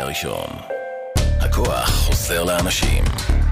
הראשון. הכוח חוזר לאנשים.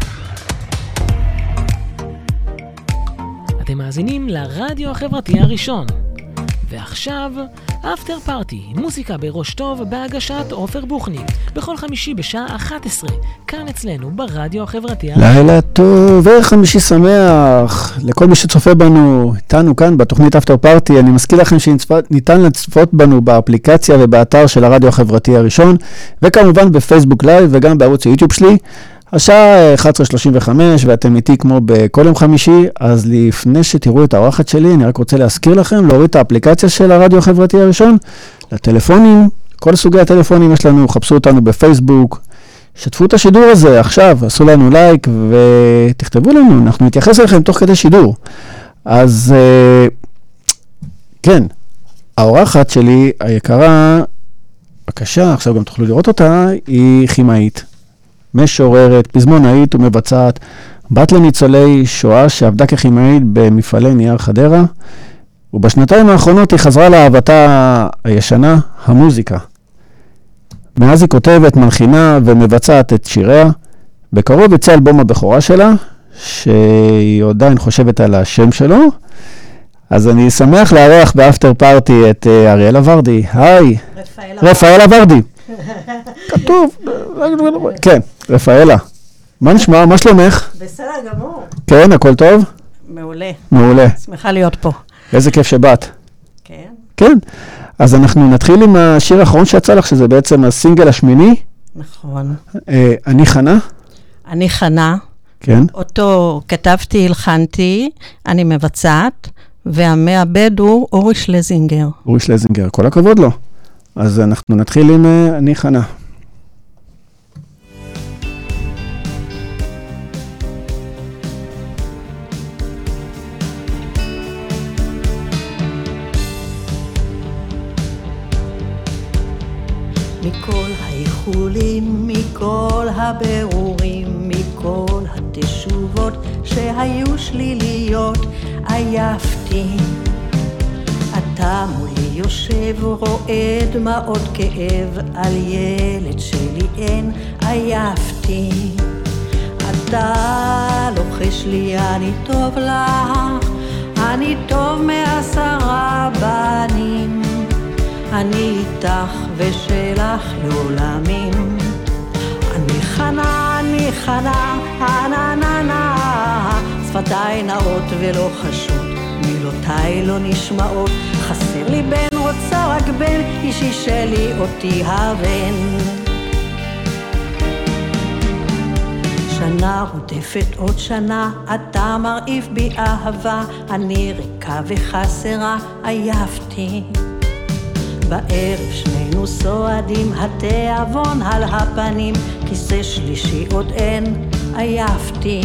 אתם מאזינים לרדיו החברתי הראשון. ועכשיו, אפטר פארטי, מוזיקה בראש טוב בהגשת עופר בוכניק, בכל חמישי בשעה 11, כאן אצלנו ברדיו החברתי הראשון. לילה טוב וחמישי שמח לכל מי שצופה בנו, איתנו כאן בתוכנית אפטר פארטי. אני מזכיר לכם שניתן לצפות בנו באפליקציה ובאתר של הרדיו החברתי הראשון, וכמובן בפייסבוק לייב וגם בערוץ היוטיוב שלי. השעה 11:35 ואתם איתי כמו בכל יום חמישי. אז לפני שתראו את האורחת שלי, אני רק רוצה להזכיר לכם להוריד את האפליקציה של הרדיו החברתי הראשון לטלפונים, כל סוגי הטלפונים יש לנו, חפשו אותנו בפייסבוק, שתפו את השידור הזה עכשיו, עשו לנו לייק ותכתבו לנו, אנחנו נתייחס אליכם תוך כדי שידור. אז כן, האורחת שלי היקרה, בבקשה, עכשיו גם תוכלו לראות אותה, היא כימאית, משוררת, פזמונאית ומבצעת, בת לניצולי שואה שעבדה ככימאית במפעלי נייר חדרה, ובשנתיים האחרונות היא חזרה לאהבתה הישנה, המוזיקה. מאז היא כותבת, מלחינה ומבצעת את שיריה. בקרוב יצא אלבום הבכורה שלה, שהיא עדיין חושבת על השם שלו. אז אני שמח לארח באפטר פארטי את אריאלה ורדי. היי. רפאלה ורדי. כתוב. כן, רפאלה. מה נשמע? מה שלומך? בסדר גמור. כן, הכל טוב? מעולה. מעולה. שמחה להיות פה. איזה כיף שבאת. כן. כן. אז אנחנו נתחיל עם השיר האחרון שיצא לך, שזה בעצם הסינגל השמיני. נכון. אני חנה. אני חנה. כן. אותו כתבתי, הלחנתי, אני מבצעת, והמעבד הוא אורי שלזינגר. אורי שלזינגר, כל הכבוד לו. אז אנחנו נתחיל עם אני חנה. מכל האיחולים, מכל הבירורים, מכל התשובות שהיו שליליות, עייפתי. אתה מולי יושב רואה דמעות כאב, על ילד שלי אין, עייפתי. אתה לוחש לי אני טוב לך, אני טוב מ10 בנים, אני איתך ושלך לעולמים. אני חנה, אני חנה, ננה, שפתיי נאות ולא חשות, מילותיי לא נשמעות, חסר לי בן, רוצה רק בן, אישי שלי אותי הבן. שנה רודפת עוד שנה, אתה מרעיף בי אהבה, אני ריקה וחסרה, עייפתי. בערב שנינו סועדים, התיאבון על הפנים, כיסא שלישי עוד אין, עייפתי.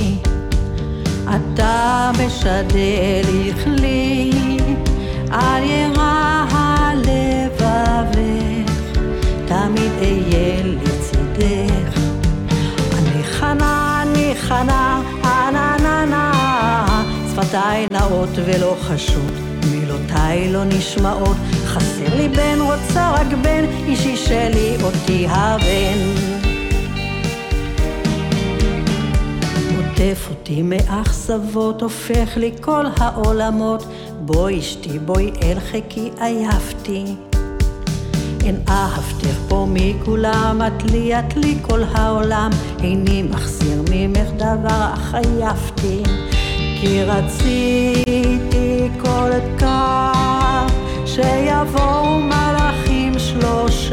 אתה משדל לי על ירח לבבך, תמיד אהיה לצידך. אני חנה, אני חנה, ננה, שפתיי נאות ולא חשות, מילותיי לא נשמעות, חסר לי בן, רוצה רק בן, אישי שלי אותי הבן. עוטף אותי מאכזבות, הופך לי כל העולמות, בואי אשתי, בואי אל חיקי, עייפתי. אין אהבתך פה מכולם, את לי כל העולם, איני מחסיר ממך דבר, אך עייפתי. כי רציתי כל כך שיבואו מלאכים 3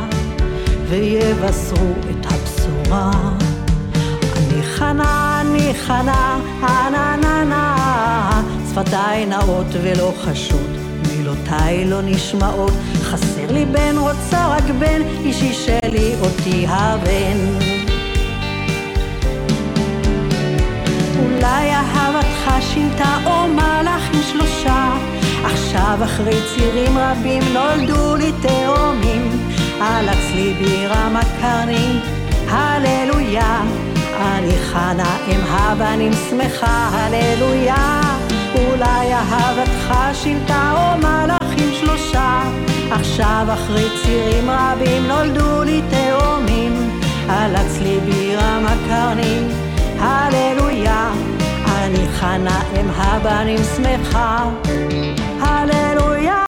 ויבשרו את הבשורה. אני חנה, אני חנה, ננה, שפתיי נאות ולא חשות, מילותיי לא נשמעות, חסר לי בן, רוצה רק בן, אישי שלי אותי הבן. אולי אהבתך שינתה או מלאכים 3, עכשיו אחרי צירים רבים נולדו לי תאומים, על הצליבי רמה קרני, הללויה. אני חנה עם הבנים שמחה, הללויה. אולי אהבתך שינתה או מלאכים 3, עכשיו אחרי צירים רבים נולדו לי תאומים, על הצליבי רם הקרנים, הללויה, אני חנה אם הבנים שמחה, הללויה.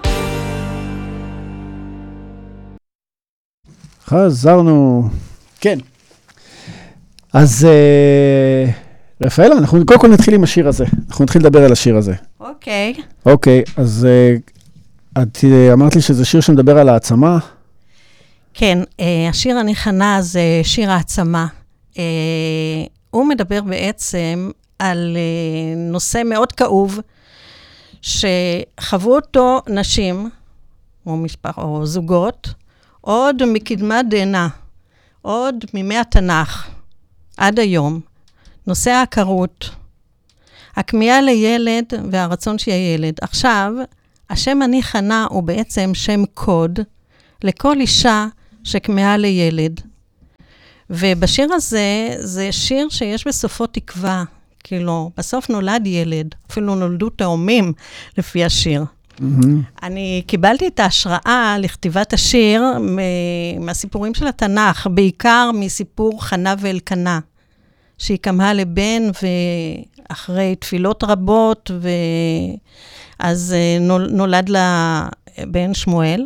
חזרנו. כן. אז רפאלה, אנחנו קודם כל נתחיל עם השיר הזה. אנחנו נתחיל לדבר על השיר הזה. אוקיי. אוקיי, אז את אמרת לי שזה שיר שמדבר על העצמה. כן, השיר אני חנה זה שיר העצמה. הוא מדבר בעצם על נושא מאוד כאוב, שחוו אותו נשים, או זוגות, עוד מקדמת דנא, עוד מימי התנ"ך, עד היום. נושא העקרות, הכמיהה לילד והרצון שיהיה ילד. עכשיו, השם אני חנה הוא בעצם שם קוד לכל אישה שכמיהה לילד. ובשיר הזה, זה שיר שיש בסופו תקווה, כאילו, בסוף נולד ילד, אפילו נולדו תאומים לפי השיר. אני קיבלתי את ההשראה לכתיבת השיר מהסיפורים של התנ"ך, בעיקר מסיפור חנה ואלקנה, שהיא כמהה לבן ואחרי תפילות רבות, אז נולד לה בן שמואל.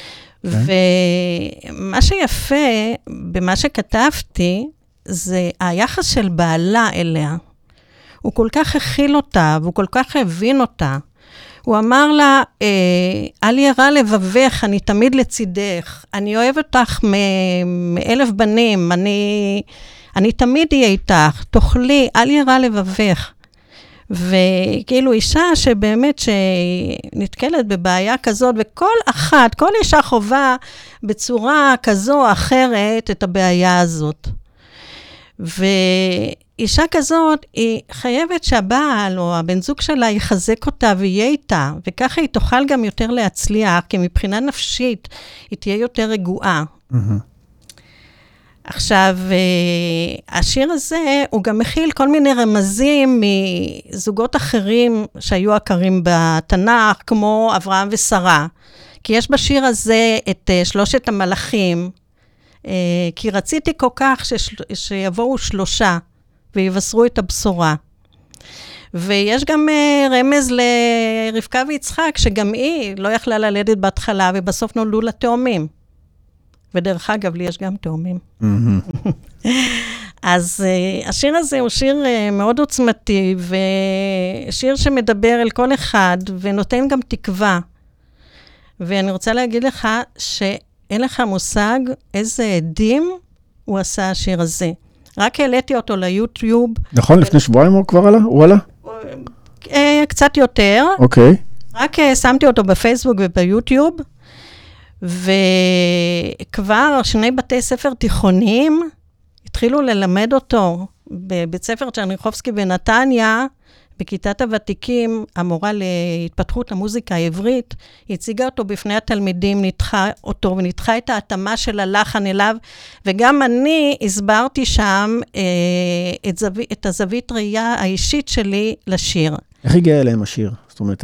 ומה שיפה במה שכתבתי, זה היחס של בעלה אליה. הוא כל כך הכיל אותה, והוא כל כך הבין אותה. הוא אמר לה, אל ירא לבבך, אני תמיד לצידך, אני אוהב אותך מאלף בנים, אני תמיד אהיה איתך, תאכלי, אל ירא לבבך. וכאילו אישה שבאמת שנתקלת בבעיה כזאת, וכל אחת, כל אישה חובה בצורה כזו או אחרת את הבעיה הזאת. ואישה כזאת היא חייבת שהבעל או הבן זוג שלה יחזק אותה ויהיה איתה, וככה היא תוכל גם יותר להצליח, כי מבחינה נפשית היא תהיה יותר רגועה. עכשיו, השיר הזה הוא גם מכיל כל מיני רמזים מזוגות אחרים שהיו עקרים בתנ"ך, כמו אברהם ושרה. כי יש בשיר הזה את שלושת המלאכים, כי רציתי כל כך שיבואו 3 ויבשרו את הבשורה. ויש גם רמז לרבקה ויצחק, שגם היא לא יכלה ללדת בהתחלה, ובסוף נולדו לה תאומים. ודרך אגב, לי יש גם תאומים. אז השיר הזה הוא שיר מאוד עוצמתי, ושיר שמדבר אל כל אחד, ונותן גם תקווה. ואני רוצה להגיד לך שאין לך מושג איזה עדים הוא עשה השיר הזה. רק העליתי אותו ליוטיוב. נכון, לפני שבועיים הוא כבר עלה? הוא עלה? קצת יותר. אוקיי. רק שמתי אותו בפייסבוק וביוטיוב, וכבר 2 בתי ספר תיכוניים התחילו ללמד אותו בבית ספר צ'רניחובסקי בנתניה, בכיתת הוותיקים, המורה להתפתחות המוזיקה העברית, הציגה אותו בפני התלמידים, ניתחה אותו וניתחה את ההתאמה של הלחן אליו, וגם אני הסברתי שם את הזווית ראייה האישית שלי לשיר. איך הגיע אליהם השיר? זאת אומרת,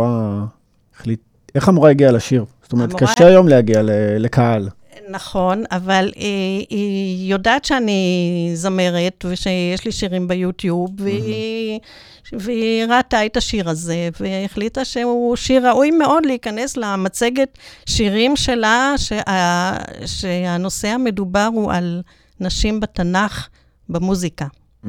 איך המורה הגיעה לשיר? זאת אומרת, קשה היום להגיע לקהל. נכון, אבל היא יודעת שאני זמרת, ושיש לי שירים ביוטיוב, והיא ראתה את השיר הזה, והחליטה שהוא שיר ראוי מאוד להיכנס למצגת שירים שלה, שהנושא המדובר הוא על נשים בתנ"ך במוזיקה.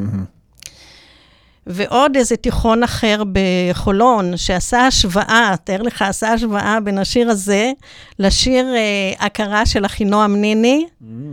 ועוד איזה תיכון אחר בחולון, שעשה השוואה, תאר לך, עשה השוואה בין השיר הזה, לשיר הכרה של אחינועם ניני,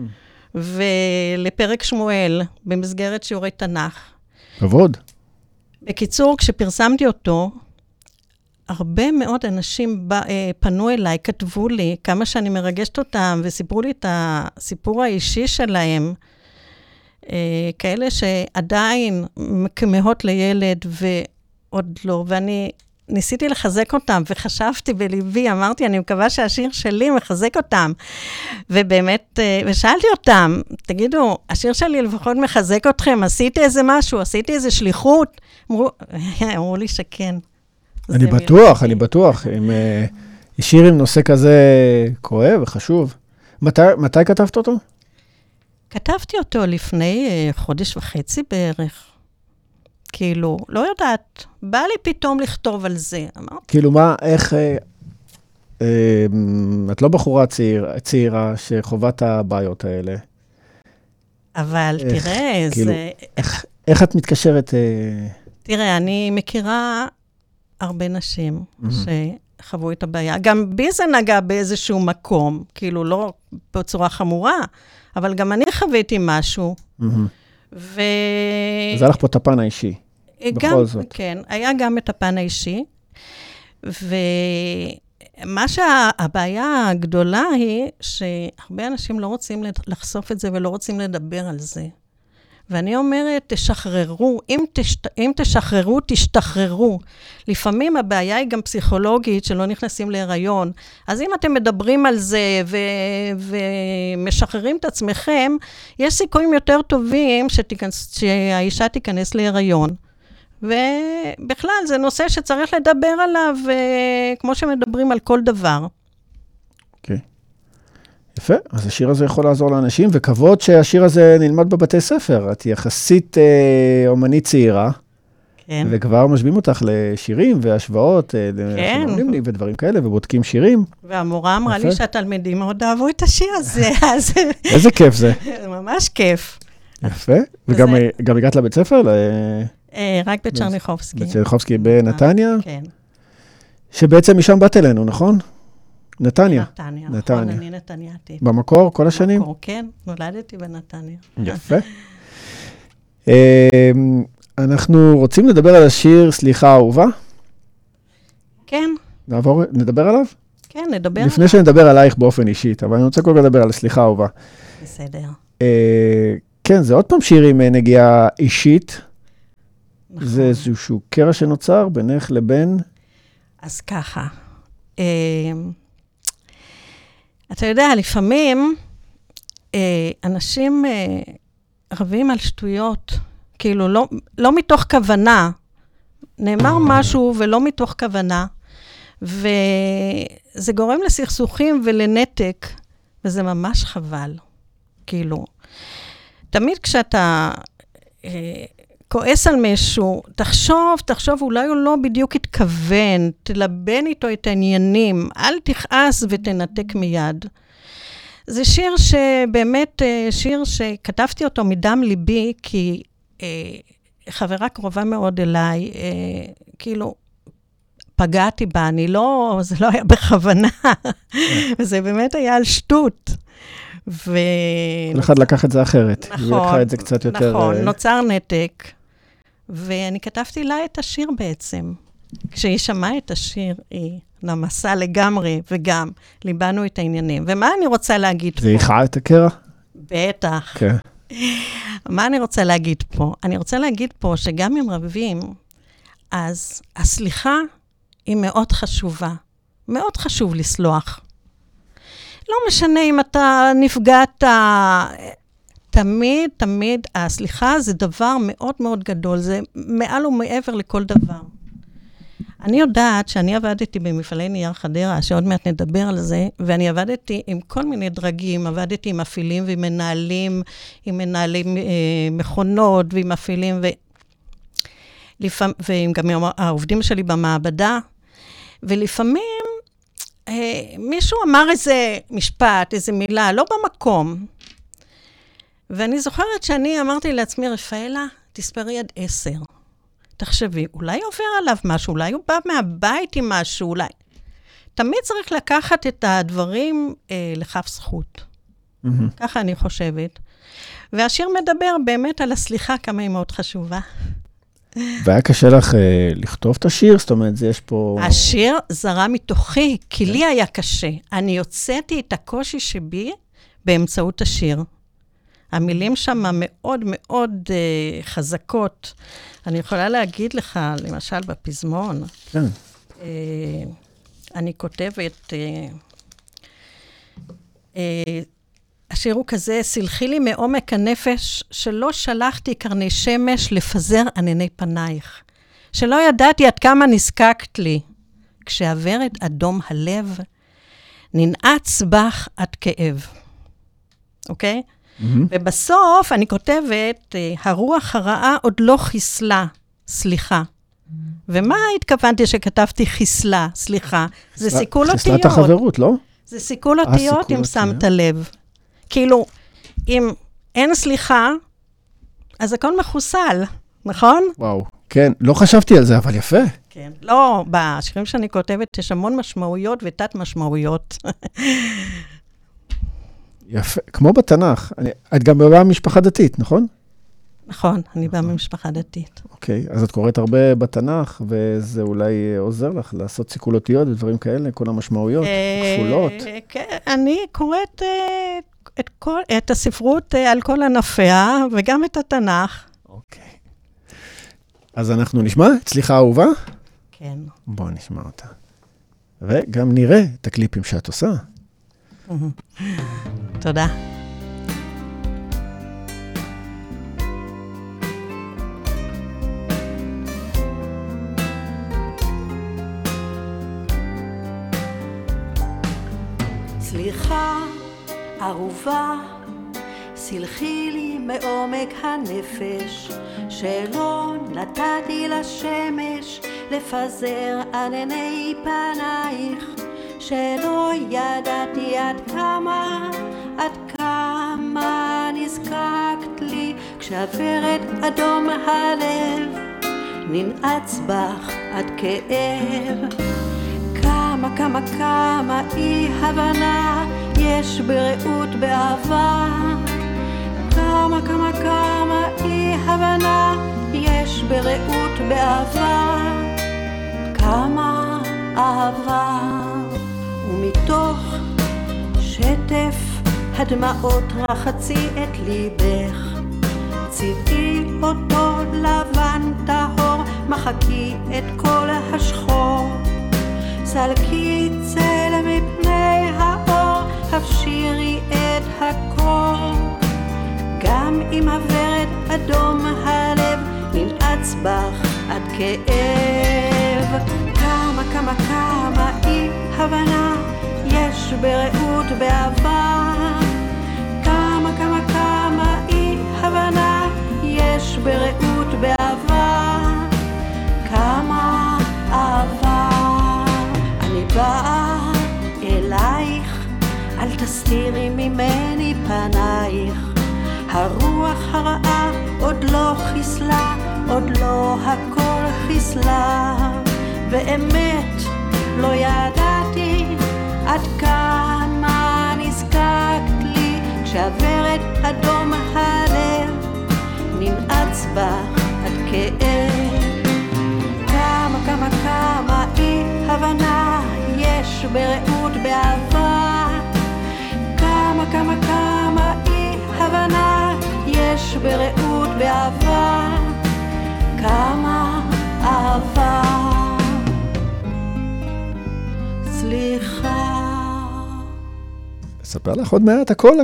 ולפרק שמואל, במסגרת שיעורי תנ"ך. כבוד. בקיצור, כשפרסמתי אותו, הרבה מאוד אנשים פנו אליי, כתבו לי כמה שאני מרגשת אותם, וסיפרו לי את הסיפור האישי שלהם, כאלה שעדיין כמהות לילד ועוד לא, ואני ניסיתי לחזק אותם, וחשבתי בליבי, אמרתי, אני מקווה שהשיר שלי מחזק אותם, ובאמת, ושאלתי אותם, תגידו, השיר שלי לפחות מחזק אתכם, עשיתי איזה משהו, עשיתי איזה שליחות? אמרו לי שכן. אני בטוח, שיר עם נושא כזה כואב וחשוב. מתי כתבת אותו? כתבתי אותו לפני חודש וחצי בערך. כאילו, לא יודעת, בא לי פתאום לכתוב על זה. כאילו מה, איך... את לא בחורה צעירה שחובה את הבעיות האלה. אבל תראה, כאילו, זה... איך את מתקשרת... תראה, אני מכירה הרבה נשים שחוו את הבעיה. גם בי זה נגע באיזשהו מקום, כאילו לא בצורה חמורה, אבל גם אני חוויתי משהו. אז היה לך פה את הפן האישי, בכל זאת. כן, היה גם את הפן האישי. ומה שהבעיה הגדולה היא, שהרבה אנשים לא רוצים לחשוף את זה ולא רוצים לדבר על זה. ואני אומרת, תשחררו, אם תשחררו, תשתחררו. לפעמים הבעיה היא גם פסיכולוגית, שלא נכנסים להיריון. אז אם אתם מדברים על זה ומשחררים את עצמכם, יש סיכויים יותר טובים שהאישה תיכנס להיריון. ובכלל, זה נושא שצריך לדבר עליו, כמו שמדברים על כל דבר. אוקיי. יפה, אז השיר הזה יכול לעזור לאנשים, וכבוד שהשיר הזה נלמד בבתי ספר. את יחסית אומנית צעירה, כן. וכבר משווים אותך לשירים והשוואות, לחנונים לי ודברים כאלה, ובודקים שירים. והמורה אמרה לי שהתלמידים מאוד אהבו את השיר הזה. איזה כיף זה. ממש כיף. יפה, וגם הגעת לבית ספר? רק בצ'רניחובסקי. בצ'רניחובסקי בנתניה? כן. שבעצם משם באת אלינו, נכון? נתניה. נתניה, נכון, אני נתניאתי. במקור, כל השנים? במקור, כן, נולדתי בנתניה. יפה. אנחנו רוצים לדבר על השיר סליחה אהובה? כן. נדבר עליו? כן, נדבר עליו. לפני שנדבר עלייך באופן אישית, אבל אני רוצה כל כך לדבר על סליחה אהובה. בסדר. כן, זה עוד פעם שיר עם נגיעה אישית. זה איזשהו קרע שנוצר בינך לבין... אז ככה. אתה יודע, לפעמים אנשים רבים על שטויות, כאילו לא מתוך כוונה, נאמר משהו ולא מתוך כוונה, וזה גורם לסכסוכים ולנתק, וזה ממש חבל, כאילו. תמיד כשאתה כועס על מישהו, תחשוב, אולי הוא לא בדיוק התכוון, תלבן איתו את העניינים, אל תכעס ותנתק מיד. זה שיר שבאמת, שיר שכתבתי אותו מדם ליבי, כי חברה קרובה מאוד אליי, כאילו, פגעתי בה, זה לא היה בכוונה, וזה באמת היה על שטות. כל אחד לקח את זה אחרת. נכון, את זה קצת יותר... נכון, נוצר נתק. ואני כתבתי לה את השיר בעצם. כשהיא שמעה את השיר, היא נמסה לגמרי, וגם ליבנו את העניינים. ומה אני רוצה להגיד פה? זה איכה את הקרע? בטח. כן. מה אני רוצה להגיד פה? אני רוצה להגיד פה שגם אם רבים, אז הסליחה היא מאוד חשובה. מאוד חשוב לסלוח. לא משנה אם אתה נפגעת, תמיד, הסליחה זה דבר מאוד מאוד גדול, זה מעל ומעבר לכל דבר. אני יודעת שאני עבדתי במפעלי נייר חדרה, שעוד מעט נדבר על זה, ואני עבדתי עם כל מיני דרגים, עבדתי עם מפעילים ועם מנהלים, עם מנהלים מכונות ועם מפעילים, וגם העובדים שלי במעבדה, ולפעמים, מישהו אמר איזה משפט, איזה מילה, לא במקום. ואני זוכרת שאני אמרתי לעצמי, רפאלה, תספרי עד 10. תחשבי, אולי עובר עליו משהו, אולי הוא בא מהבית עם משהו, אולי. תמיד צריך לקחת את הדברים לכף זכות. ככה אני חושבת. והשיר מדבר באמת על הסליחה, כמה היא מאוד חשובה. והיה קשה לך לכתוב את השיר? זאת אומרת, יש פה... השיר זרה מתוכי, כי לי היה קשה. אני יוצאתי את הקושי שבי באמצעות השיר. המילים שם מאוד מאוד חזקות. אני יכולה להגיד לך, למשל בפזמון, כן. אני כותבת, השיר הוא כזה, סלחי לי מעומק הנפש, שלא שלחתי קרני שמש לפזר ענני פנייך, שלא ידעתי עד כמה נזקקת לי, כשעברת אדום הלב, ננעץ בך עד כאב. אוקיי? ובסוף אני כותבת, הרוח הרעה עוד לא חיסלה, סליחה. ומה התכוונתי שכתבתי חיסלה, סליחה? זה סיכול אותיות. חיסלת החברות, לא? זה סיכול אותיות אם שמת לב. כאילו, אם אין סליחה, אז הכל מחוסל, נכון? וואו, כן, לא חשבתי על זה, אבל יפה. כן, לא, בשירים שאני כותבת יש המון משמעויות ותת משמעויות. יפה, כמו בתנ"ך. את גם באה ממשפחה דתית, נכון? נכון, אני באה ממשפחה דתית. אוקיי, אז את קוראת הרבה בתנ"ך, וזה אולי עוזר לך לעשות סיכול אותיות ודברים כאלה, כל המשמעויות, כפולות. כן, אני קוראת את הספרות על כל ענפיה, וגם את התנ"ך. אוקיי. אז אנחנו נשמע, סליחה אהובה? כן. בואו נשמע אותה. וגם נראה את הקליפים שאת עושה. תודה. סליחה, אהובה, סלחי לי מעומק הנפש, שלא נתתי לשמש לפזר ענני פנייך, שלא ידעתי עד כמה נזקקת לי, כשעברת אדום הלב, ננעץ בך עד כאב. כמה אי הבנה יש ברעות באהבה, כמה אי הבנה יש ברעות באהבה, כמה אהבה. ומתוך שטף הדמעות רחצי את ליבך, צבעי אותו לבן טהור, מחקי את כל השחור, סלקי צל מפני האור, הפשירי את הקור. גם אם עברת אדום הלב, ננעץ בך עד כאב. כמה אי הבנה יש ברעות באהבה, כמה אי הבנה יש ברעות באהבה, כמה אהבה. אני באה אלייך, אל תסתירי ממני פנייך, הרוח הרעה עוד לא חיסלה, עוד לא הכל חיסלה, באמת לא ידעתי עד כמה נזקקת לי, כשעברת אדום הלב, ננעץ בך עד כאב. כמה אי הבנה יש ברעות באהבה, כמה אי הבנה יש ברעות באהבה, כמה אהבה. סליחה. אספר לך עוד מעט, הכל.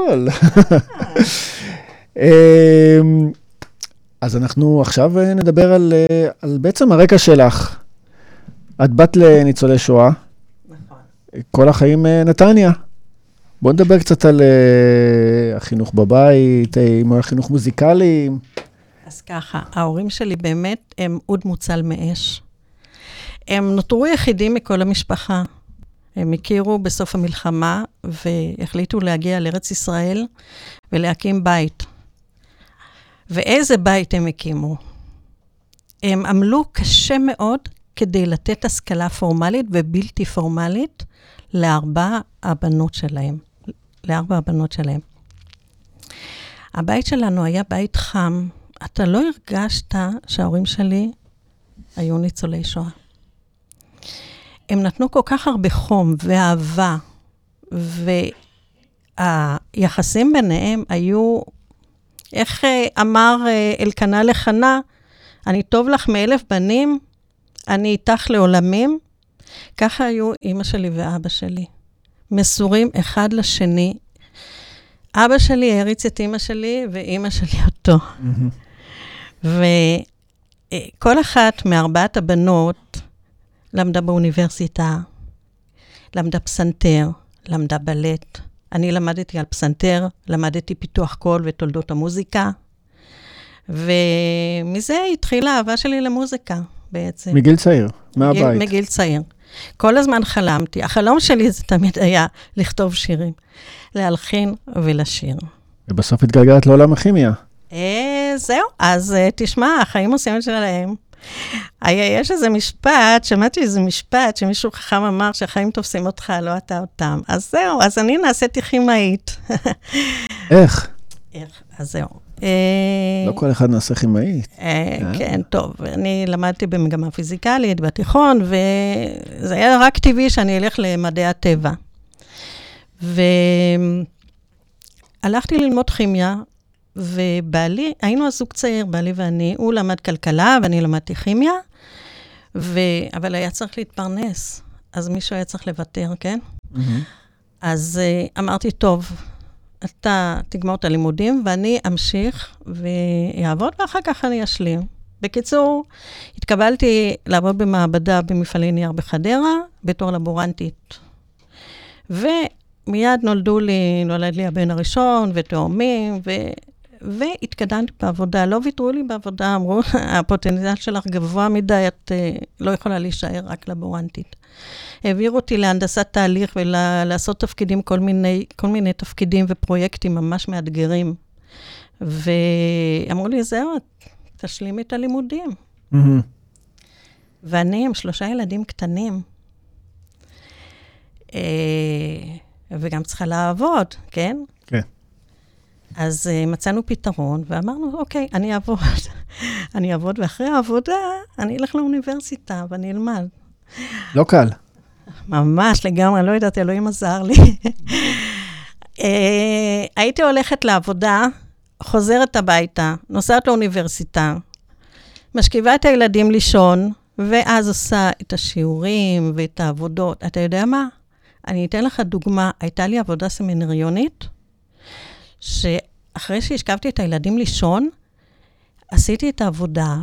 אז אנחנו עכשיו נדבר על בעצם הרקע שלך. את בת לניצולי שואה. נכון. כל החיים נתניה. בוא נדבר קצת על החינוך בבית, אם היה חינוך מוזיקלי. אז ככה, ההורים שלי באמת הם אוד מוצל מאש. הם נותרו יחידים מכל המשפחה. הם הכירו בסוף המלחמה והחליטו להגיע לארץ ישראל ולהקים בית. ואיזה בית הם הקימו? הם עמלו קשה מאוד כדי לתת השכלה פורמלית ובלתי פורמלית לארבע הבנות שלהם. הבית שלנו היה בית חם. אתה לא הרגשת שההורים שלי היו ניצולי שואה. הם נתנו כל כך הרבה חום ואהבה, והיחסים ביניהם היו, איך אמר אלקנה לחנה, אני טוב לך מ1000 בנים, אני איתך לעולמים. ככה היו אמא שלי ואבא שלי, מסורים אחד לשני. אבא שלי הריץ את אמא שלי, ואמא שלי אותו. וכל אחת מארבעת הבנות, למדה באוניברסיטה, למדה פסנתר, למדה בלט. אני למדתי על פסנתר, למדתי פיתוח קול ותולדות המוזיקה, ומזה התחילה האהבה שלי למוזיקה בעצם. מגיל צעיר, מהבית. מגיל צעיר. כל הזמן חלמתי. החלום שלי זה תמיד היה לכתוב שירים, להלחין ולשיר. ובסוף התגלגלת לעולם הכימיה. זהו, אז תשמע, החיים עושים את שלהם. יש איזה משפט, שמעתי איזה משפט, שמישהו חכם אמר שהחיים תופסים אותך, לא אתה אותם. אז זהו, אז אני נעשיתי כימאית. איך? אז זהו. לא כל אחד נעשה כימאית. כן, טוב. אני למדתי במגמה פיזיקלית בתיכון, וזה היה רק טבעי שאני אלך למדעי הטבע. והלכתי ללמוד כימיה, ובעלי, היינו הזוג צעיר, בעלי ואני, הוא למד כלכלה, ואני למדתי כימיה, אבל היה צריך להתפרנס, אז מישהו היה צריך לוותר, כן? אז אמרתי, טוב, אתה תגמור את הלימודים, ואני אמשיך ויעבוד, ואחר כך אני אשלים. בקיצור, התקבלתי לעבוד במעבדה במפעלי נייר בחדרה, בתור לבורנטית. ומיד נולד לי הבן הראשון, ותאומים, והתקדמתי בעבודה. לא ויתרו לי בעבודה, אמרו, הפוטנציאל שלך גבוה מדי, את לא יכולה להישאר רק לבורנטית. העבירו אותי להנדסת תהליך ולעשות תפקידים, כל מיני תפקידים ופרויקטים ממש מאתגרים. ואמרו לי, זהו, תשלימי את הלימודים. ואני עם 3 ילדים קטנים. וגם צריכה לעבוד, כן? כן. אז מצאנו פתרון, ואמרנו, אוקיי, אני אעבוד, ואחרי העבודה, אני אלך לאוניברסיטה, ואני אלמד. לא קל. ממש, לגמרי, לא יודעת, אלוהים עזר לי. הייתי הולכת לעבודה, חוזרת הביתה, נוסעת לאוניברסיטה, משכיבה את הילדים לישון, ואז עושה את השיעורים ואת העבודות. אתה יודע מה? אני אתן לך דוגמה, הייתה לי עבודה סמינריונית, שאחרי שהשכבתי את הילדים לישון, עשיתי את העבודה,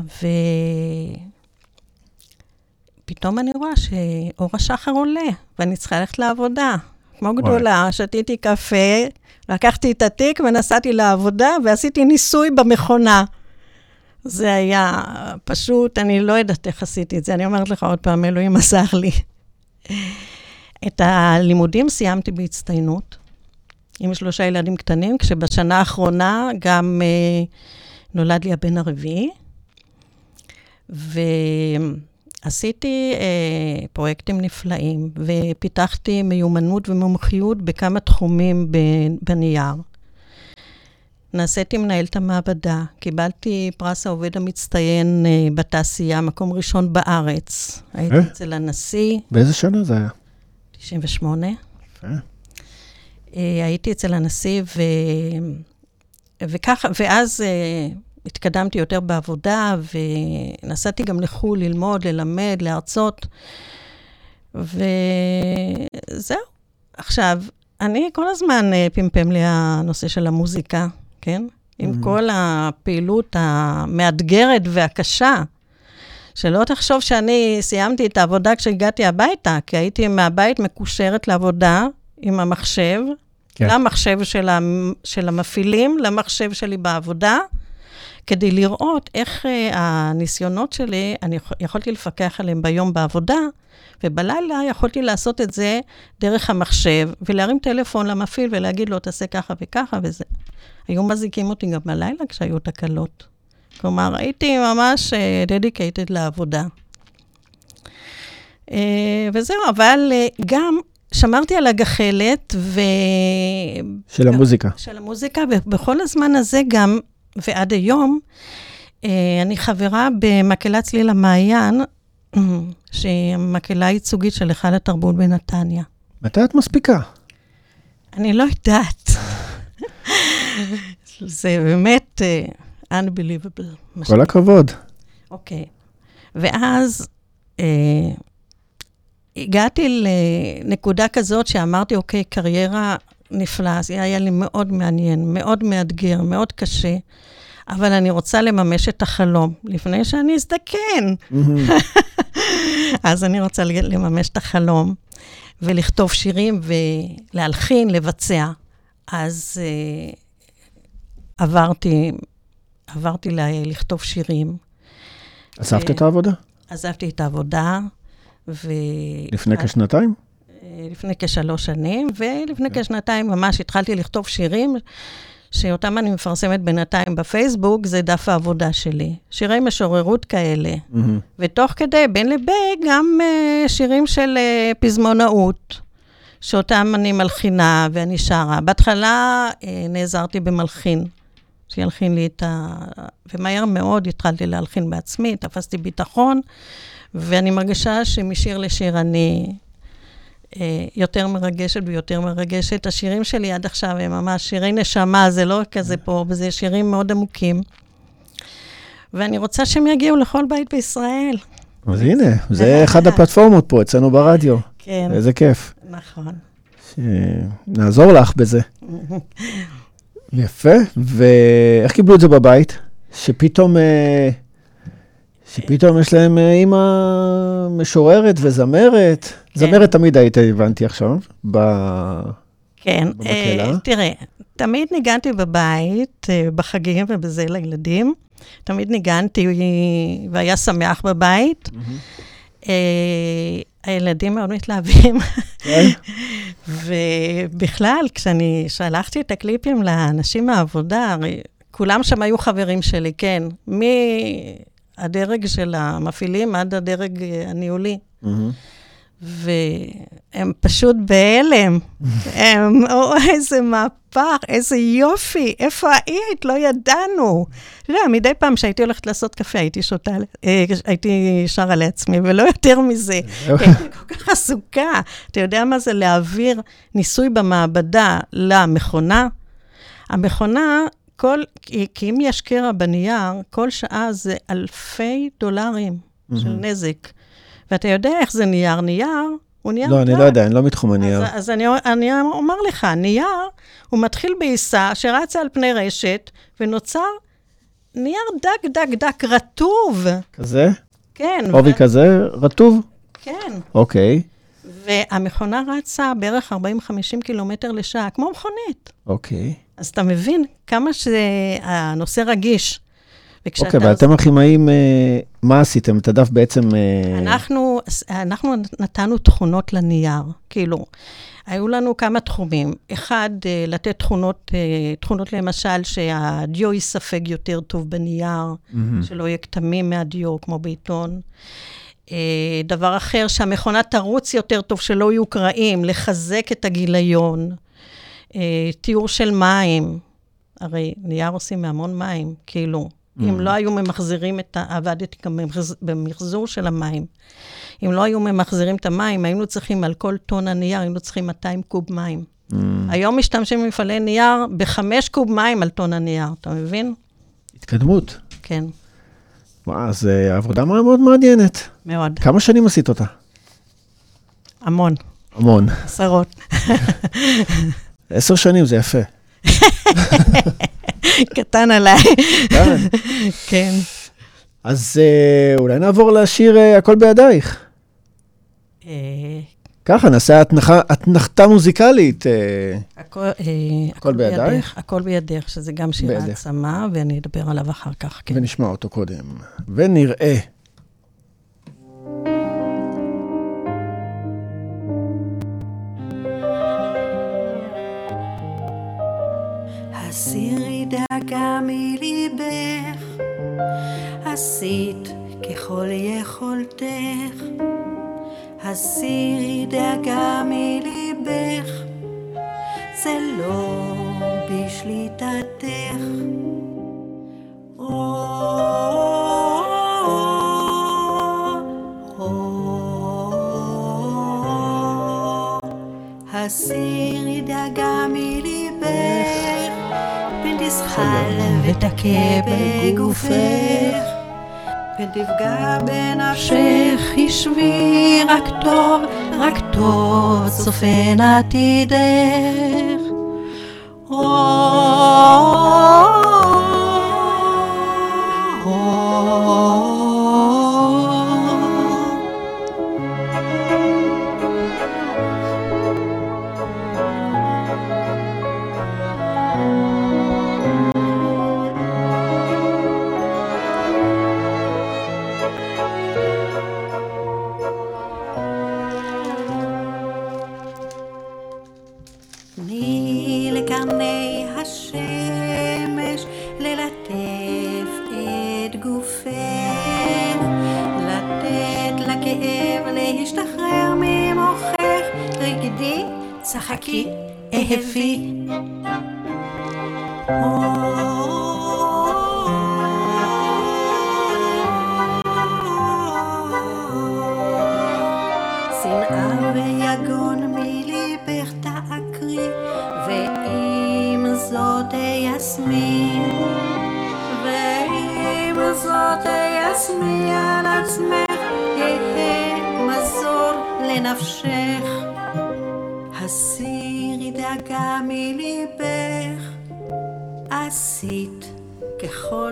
ופתאום אני רואה שאור השחר עולה, ואני צריכה ללכת לעבודה. כמו גדולה, שתיתי קפה, לקחתי את התיק ונסעתי לעבודה, ועשיתי ניסוי במכונה. זה היה פשוט, אני לא יודעת איך עשיתי את זה, אני אומרת לך עוד פעם, אלוהים עזר לי. את הלימודים סיימתי בהצטיינות, עם 3 ילדים קטנים, כשבשנה האחרונה גם נולד לי הבן הרביעי, ועשיתי פרויקטים נפלאים, ופיתחתי מיומנות ומומחיות בכמה תחומים בנייר. נעשיתי מנהלת המעבדה, קיבלתי פרס העובד המצטיין בתעשייה, מקום ראשון בארץ. הייתי אצל הנשיא. באיזה שנה זה היה? 98. הייתי אצל הנשיא, וככה, ואז התקדמתי יותר בעבודה, ונסעתי גם לחו"ל ללמוד, ללמד, להרצות, וזהו. עכשיו, אני כל הזמן פמפם לי הנושא של המוזיקה, כן? עם כל הפעילות המאתגרת והקשה, שלא תחשוב שאני סיימתי את העבודה כשהגעתי הביתה, כי הייתי מהבית מקושרת לעבודה עם המחשב, כן. למחשב של המפעילים, למחשב שלי בעבודה, כדי לראות איך הניסיונות שלי, אני יכולתי לפקח עליהם ביום בעבודה, ובלילה יכולתי לעשות את זה דרך המחשב, ולהרים טלפון למפעיל ולהגיד לו, תעשה ככה וככה וזה. היו מזיקים אותי גם בלילה כשהיו תקלות. כלומר, הייתי ממש dedicated לעבודה. וזהו, אבל גם שמרתי על הגחלת של המוזיקה. של המוזיקה, ובכל הזמן הזה גם, ועד היום, אני חברה במקהלת צליל המעיין, שהיא מקהלה ייצוגית של היכל התרבות בנתניה. מתי את מספיקה? אני לא יודעת. זה באמת unbelievable. כל הכבוד. אוקיי. ואז הגעתי לנקודה כזאת שאמרתי, אוקיי, קריירה נפלאה, זה היה לי מאוד מעניין, מאוד מאתגר, מאוד קשה, אבל אני רוצה לממש את החלום, לפני שאני אזדקן. אז אני רוצה לממש את החלום, ולכתוב שירים ולהלחין, לבצע. אז עברתי לכתוב שירים. עזבת את העבודה? עזבתי את העבודה, לפני כשנתיים? לפני כ3 שנים, ולפני כשנתיים ממש התחלתי לכתוב שירים, שאותם אני מפרסמת בינתיים בפייסבוק, זה דף העבודה שלי. שירי משוררות כאלה. ותוך כדי, בין לבין, גם שירים של פזמונאות, שאותם אני מלחינה ואני שרה. בהתחלה נעזרתי במלחין, שילחין לי ומהר מאוד התחלתי להלחין בעצמי, תפסתי ביטחון, ואני מרגישה שמשיר לשיר אני יותר מרגשת ויותר מרגשת. השירים שלי עד עכשיו הם ממש שירי נשמה, זה לא כזה פה, וזה שירים מאוד עמוקים. ואני רוצה שהם יגיעו לכל בית בישראל. אז הנה, זה אחד הפלטפורמות פה, אצלנו ברדיו. כן. איזה כיף. נכון. נעזור לך בזה. יפה, ואיך קיבלו את זה בבית? שפתאום יש להם אימא משוררת וזמרת. זמרת תמיד היית, הבנתי עכשיו, כן, במקהלה. תראה, תמיד ניגנתי בבית, בחגים ובזה לילדים. תמיד ניגנתי והיה שמח בבית. הילדים מאוד מתלהבים. ובכלל, כשאני שלחתי את הקליפים לאנשים מהעבודה, כולם שם היו חברים שלי, כן. מהדרג של המפעילים עד הדרג הניהולי. והם פשוט בהלם. איזה מהפך, איזה יופי, איפה היית? לא ידענו. אתה יודע, מדי פעם שהייתי הולכת לעשות קפה, הייתי שרה לעצמי, ולא יותר מזה. הייתי כל כך עסוקה. אתה יודע מה זה להעביר ניסוי במעבדה למכונה? המכונה, כי אם יש קרע בנייר, כל שעה זה $1,000 של נזק. ואתה יודע איך זה נייר? נייר הוא נייר דק. לא, אני לא יודע, אני לא מתחום הנייר. אז אני אומר לך, נייר הוא מתחיל בעיסה שרצה על פני רשת, ונוצר נייר דק, רטוב. כזה? כן. עובי כזה, רטוב? כן. אוקיי. והמכונה רצה בערך 40-50 קילומטר לשעה, כמו מכונית. אוקיי. אז אתה מבין כמה שהנושא רגיש. אוקיי, ואתם הכימאים, מה עשיתם? את הדף בעצם... אנחנו נתנו תכונות לנייר, כאילו, היו לנו כמה תחומים. אחד, לתת תכונות למשל, שהדיו יספג יותר טוב בנייר, שלא יהיה כתמים מהדיו, כמו בעיתון. דבר אחר, שהמכונה תרוץ יותר טוב, שלא יהיו קרעים, לחזק את הגיליון. תיאור של מים, הרי נייר עושים מהמון מים, כאילו. אם לא היו ממחזירים עבדתי גם במחזור של המים. אם לא היו ממחזירים את המים, היינו צריכים על כל טון הנייר, היינו צריכים 200 קוב מים. היום משתמשים במפעלי נייר ב5 קוב מים על טון הנייר, אתה מבין? התקדמות. כן. וואו, זו עבודה מאוד מעניינת. מאוד. כמה שנים עשית אותה? המון. 10. 10 שנים, זה יפה. קטן עליי. כן. אז אולי נעבור לשיר הכל בידייך. ככה, נעשה התנחתה מוזיקלית. הכל בידייך? הכל בידייך, שזה גם שיר העצמה, ואני אדבר עליו אחר כך. ונשמע אותו קודם. ונראה. הסירי דאגה מליבך, עשית ככל יכולתך. הסירי דאגה מליבך, זה לא בשליטתך. הסירי דאגה מליבך, תזחל ותכה בגופך, ותפגע בנפשך, ישבי רק טוב, צופן עתידך. צחקי, אהבי. שנאה ויגון מליבך תעקרי, ואם זאת תיישמי, ואם זאת תיישמי על עצמך, יהיה מזור לנפשך. הסירי דאגה מליבך, עשית ככל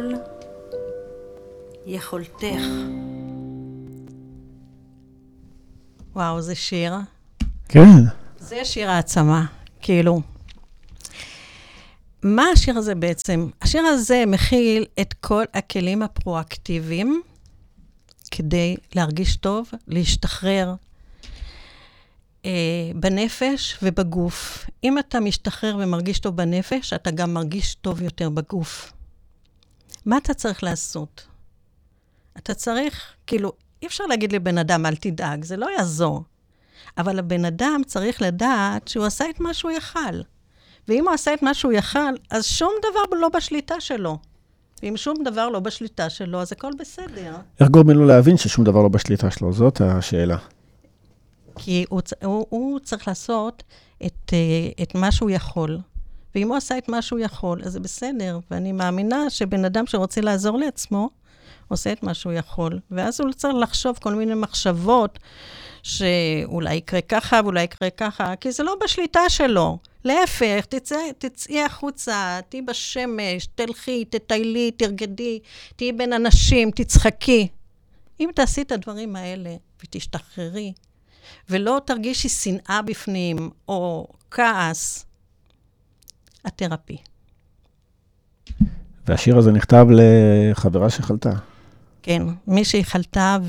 יכולתך. וואו, זה שיר. כן. זה שיר העצמה, כאילו. מה השיר הזה בעצם? השיר הזה מכיל את כל הכלים הפרואקטיביים כדי להרגיש טוב, להשתחרר בנפש ובגוף. אם אתה משתחרר ומרגיש טוב בנפש, אתה גם מרגיש טוב יותר בגוף. מה אתה צריך לעשות? אתה צריך, כאילו, אי אפשר להגיד לבן אדם, אל תדאג, זה לא יעזור. אבל הבן אדם צריך לדעת שהוא עשה את מה שהוא יכל. ואם הוא עשה את מה שהוא יכל, אז שום דבר לא בשליטה שלו. ואם שום דבר לא בשליטה שלו, אז הכל בסדר. איך גורמים לו להבין ששום דבר לא בשליטה שלו? זאת השאלה. כי הוא צריך לעשות את מה שהוא יכול. ואם הוא עשה את מה שהוא יכול, אז זה בסדר. ואני מאמינה שבן אדם שרוצה לעזור לעצמו, עושה את מה שהוא יכול. ואז הוא צריך לחשוב כל מיני מחשבות, שאולי יקרה ככה ואולי יקרה ככה, כי זה לא בשליטה שלו. להפך, תצאי החוצה, תהי בשמש, תלכי, תטיילי, תרגדי, תהי בין אנשים, תצחקי. אם תעשי את הדברים האלה ותשתחררי, ולא תרגישי שנאה בפנים או כעס, התרפי. והשיר הזה נכתב לחברה שחלתה. כן, מישהי חלתה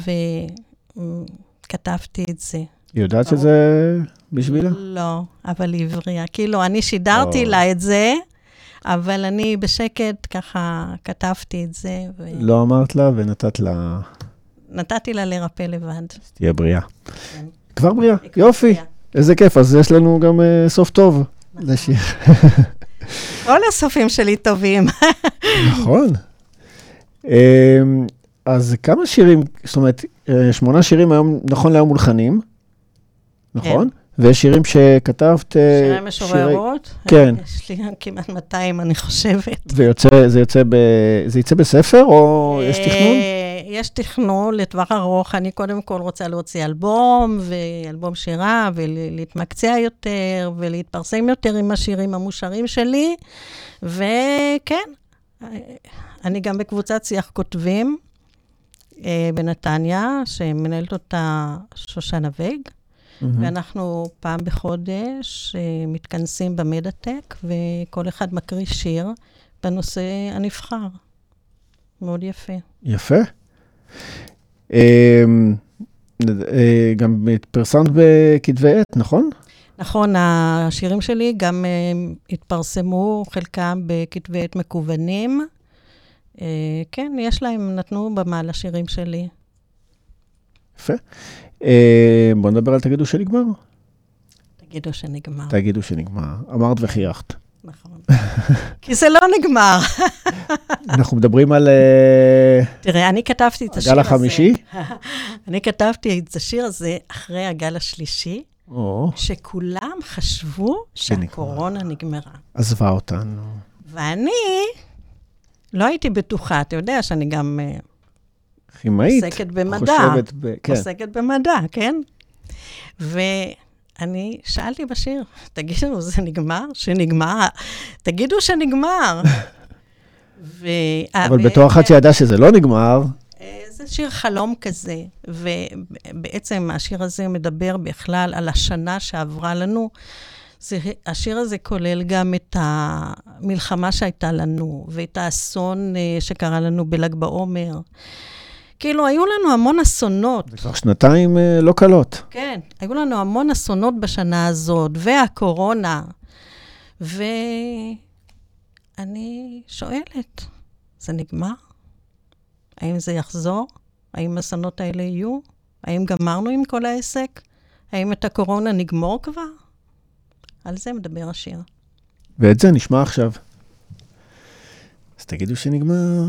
וכתבתי את זה. היא יודעת שזה בשבילה? לא, אבל היא הבריאה. כאילו, אני שידרתי לה את זה, אבל אני בשקט ככה כתבתי את זה. לא אמרת לה ונתת לה... נתתי לה לרפא לבד. תהיה בריאה. כבר בריאה, יופי. איזה כיף, אז יש לנו גם סוף טוב לשיר. כל הסופים שלי טובים. נכון. אז כמה שירים, זאת אומרת, 8 שירים היום, נכון להיום מולחנים, נכון? ויש שירים שכתבת... שירי משוררות? כן. יש לי כמעט 200, אני חושבת. זה יצא בספר או יש תכנון? יש תכנון לטווח ארוך. אני קודם כל רוצה להוציא אלבום, ואלבום שירה, ולהתמקצע יותר, ולהתפרסם יותר עם השירים המושרים שלי. וכן, אני גם בקבוצת שיח כותבים בנתניה, שמנהלת אותה שושנה וייג. ואנחנו פעם בחודש מתכנסים במדטק, וכל אחד מקריא שיר בנושא הנבחר. מאוד יפה. יפה. גם פרסמת בכתבי עת, נכון? נכון, השירים שלי גם התפרסמו, חלקם בכתבי עת מקוונים. כן, יש להם, נתנו במה לשירים שלי. יפה. בוא נדבר על תגידו שנגמר. תגידו שנגמר. אמרת וחייכת. נכון. כי זה לא נגמר. אנחנו מדברים על... תראה, אני כתבתי את השיר הזה. הגל החמישי? אני כתבתי את השיר הזה אחרי הגל השלישי, שכולם חשבו שהקורונה נגמרה. עזבה אותנו. ואני לא הייתי בטוחה, אתה יודע שאני גם... כימאית. עוסקת במדע. עוסקת במדע, כן? ואני שאלתי בשיר, תגידו, זה נגמר? שנגמר? תגידו שנגמר. אבל בתור אחת שידעה שזה לא נגמר... זה שיר חלום כזה, ובעצם השיר הזה מדבר בכלל על השנה שעברה לנו. השיר הזה כולל גם את המלחמה שהייתה לנו, ואת האסון שקרה לנו בל"ג בעומר. כאילו, היו לנו המון אסונות. זה כבר 2 לא קלות. כן, היו לנו המון אסונות בשנה הזאת, והקורונה. ואני שואלת, זה נגמר? האם זה יחזור? האם האסונות האלה יהיו? האם גמרנו עם כל העסק? האם את הקורונה נגמור כבר? על זה מדבר השיר. ואת זה נשמע עכשיו. אז תגידו שנגמר.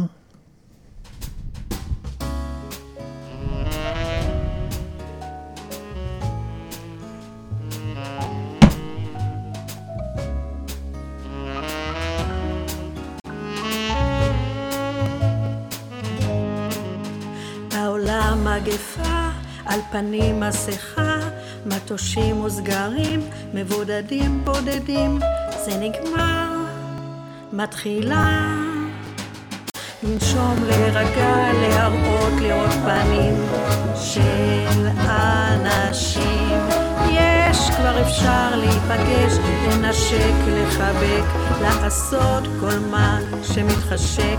בעולם מגפה, על פנים מסכה, מטושים וסגרים, מבודדים בודדים, זה נגמר, מתחילה. לנשום, להירגע, להראות, לראות פנים של אנשים. יש, כבר אפשר להיפגש, לנשק, לחבק, לעשות כל מה שמתחשק.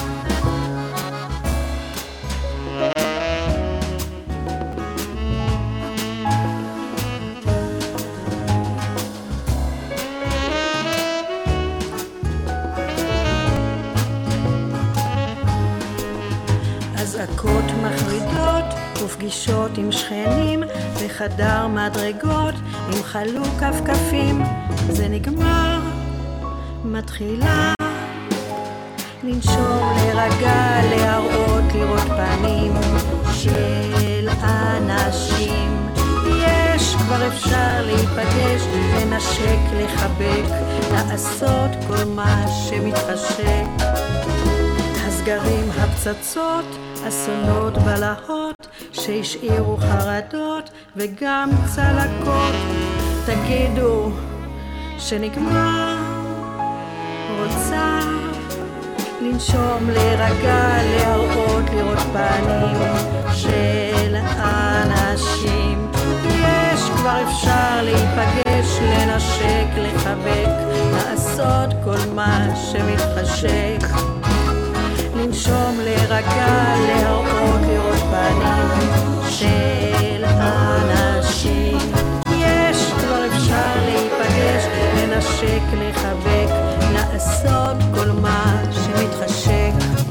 אזעקות מחרידות ופגישות עם שכנים בחדר מדרגות עם חלוק כפכפים, זה נגמר, מתחילה. לנשום, להירגע, להראות, לראות פנים של אנשים. יש, כבר אפשר להיפגש, לנשק, לחבק, לעשות כל מה שמתחשק. הסגרים, הפצצות, אסונות בלהות שהשאירו חרדות וגם צלקות. תגידו שנגמר, רוצה לנשום, להירגע, להראות, לראות פנים של אנשים. יש, כבר אפשר להיפגש, לנשק, לחבק, לעשות כל מה שמתחשק. לנשום, להירגע, להראות, לראות פנים של אנשים. יש, כבר אפשר להיפגש, לנשק, לחבק, לעשות כל מה שמתחשק.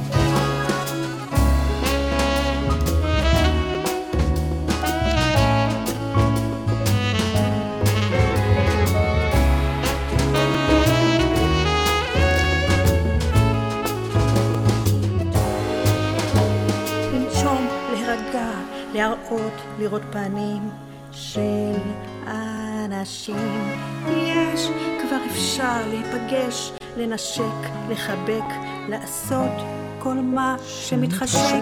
להראות, לראות פנים של אנשים. יש, כבר אפשר להיפגש, לנשק, לחבק, לעשות כל מה שמתחשק.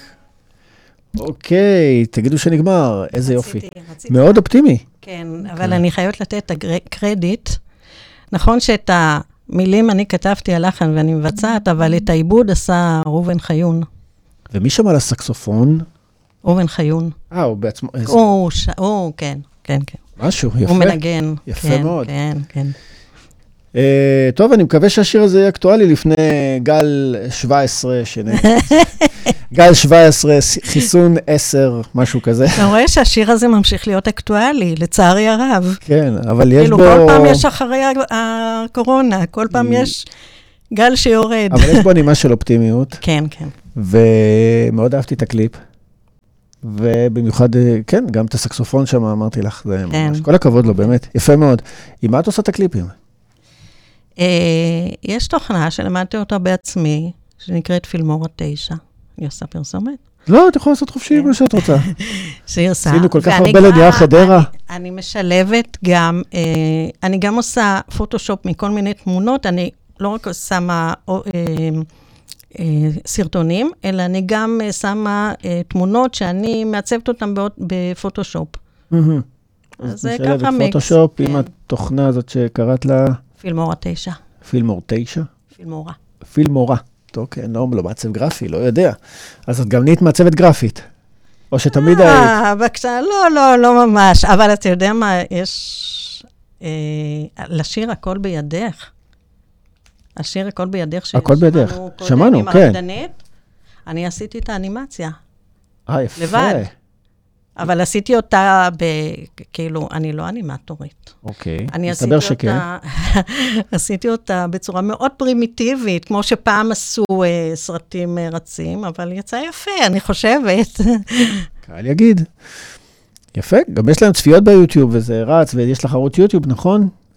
אוקיי, תגידו שנגמר, איזה יופי. רציתי. מאוד אופטימי. כן, אבל אני חייבת לתת את הקרדיט. נכון שאת המילים אני כתבתי הלחן ואני מבצעת, אבל את העיבוד עשה ראובן חיון. ומי שם על הסקסופון? ראובן חיון. הוא בעצמו... כן, כן, כן. משהו, יפה. הוא מנגן. יפה כן, מאוד. כן, כן. טוב, אני מקווה שהשיר הזה יהיה אקטואלי לפני גל 17, גל 17, חיסון 10, משהו כזה. אתה רואה שהשיר הזה ממשיך להיות אקטואלי, לצערי הרב. כן, אבל יש בו... כל פעם יש אחרי הקורונה, כל פעם יש גל שיורד. אבל יש בו נימה של אופטימיות. כן, כן. ומאוד אהבתי את הקליפ. ובמיוחד, כן, גם את הסקסופון שם, אמרתי לך, זה ממש, כל הכבוד לו, באמת, יפה מאוד. עם מה את עושה את הקליפים? יש תוכנה שלמדתי אותה בעצמי, שנקראת פילמורה 9. אני עושה פרסומת? לא, את יכולה לעשות חופשי מה שאת רוצה. שהיא עושה. עשינו כל כך הרבה לדיעה חדרה. אני משלבת גם, אני גם עושה פוטושופ מכל מיני תמונות, אני לא רק שמה סרטונים, אלא אני גם שמה תמונות שאני מעצבת אותן בפוטושופ. אז זה ככה מיקס. פוטושופ עם התוכנה הזאת שקראת לה... פילמורה 9. פילמור 9? פילמורה. פילמורה. אוקיי, לא מעצב גרפי, לא יודע. אז את גם נהיית מעצבת גרפית. או שתמיד היית... בבקשה, לא ממש. אבל אתה יודע מה, יש... לשיר הכל בידך. השיר הכל בידך. הכל בידך. שמענו, כן. אני עשיתי את האנימציה. יפה. לבד. אבל עשיתי אותה כאילו, אני לא אנימטורית. אוקיי, מסתבר שכן. עשיתי אותה בצורה מאוד פרימיטיבית, כמו שפעם עשו סרטים רצים, אבל יצא יפה, אני חושבת. קהל יגיד. יפה, גם יש להם צפיות ביוטיוב, וזה רץ, ויש לך ערוץ יוטיוב, נכון?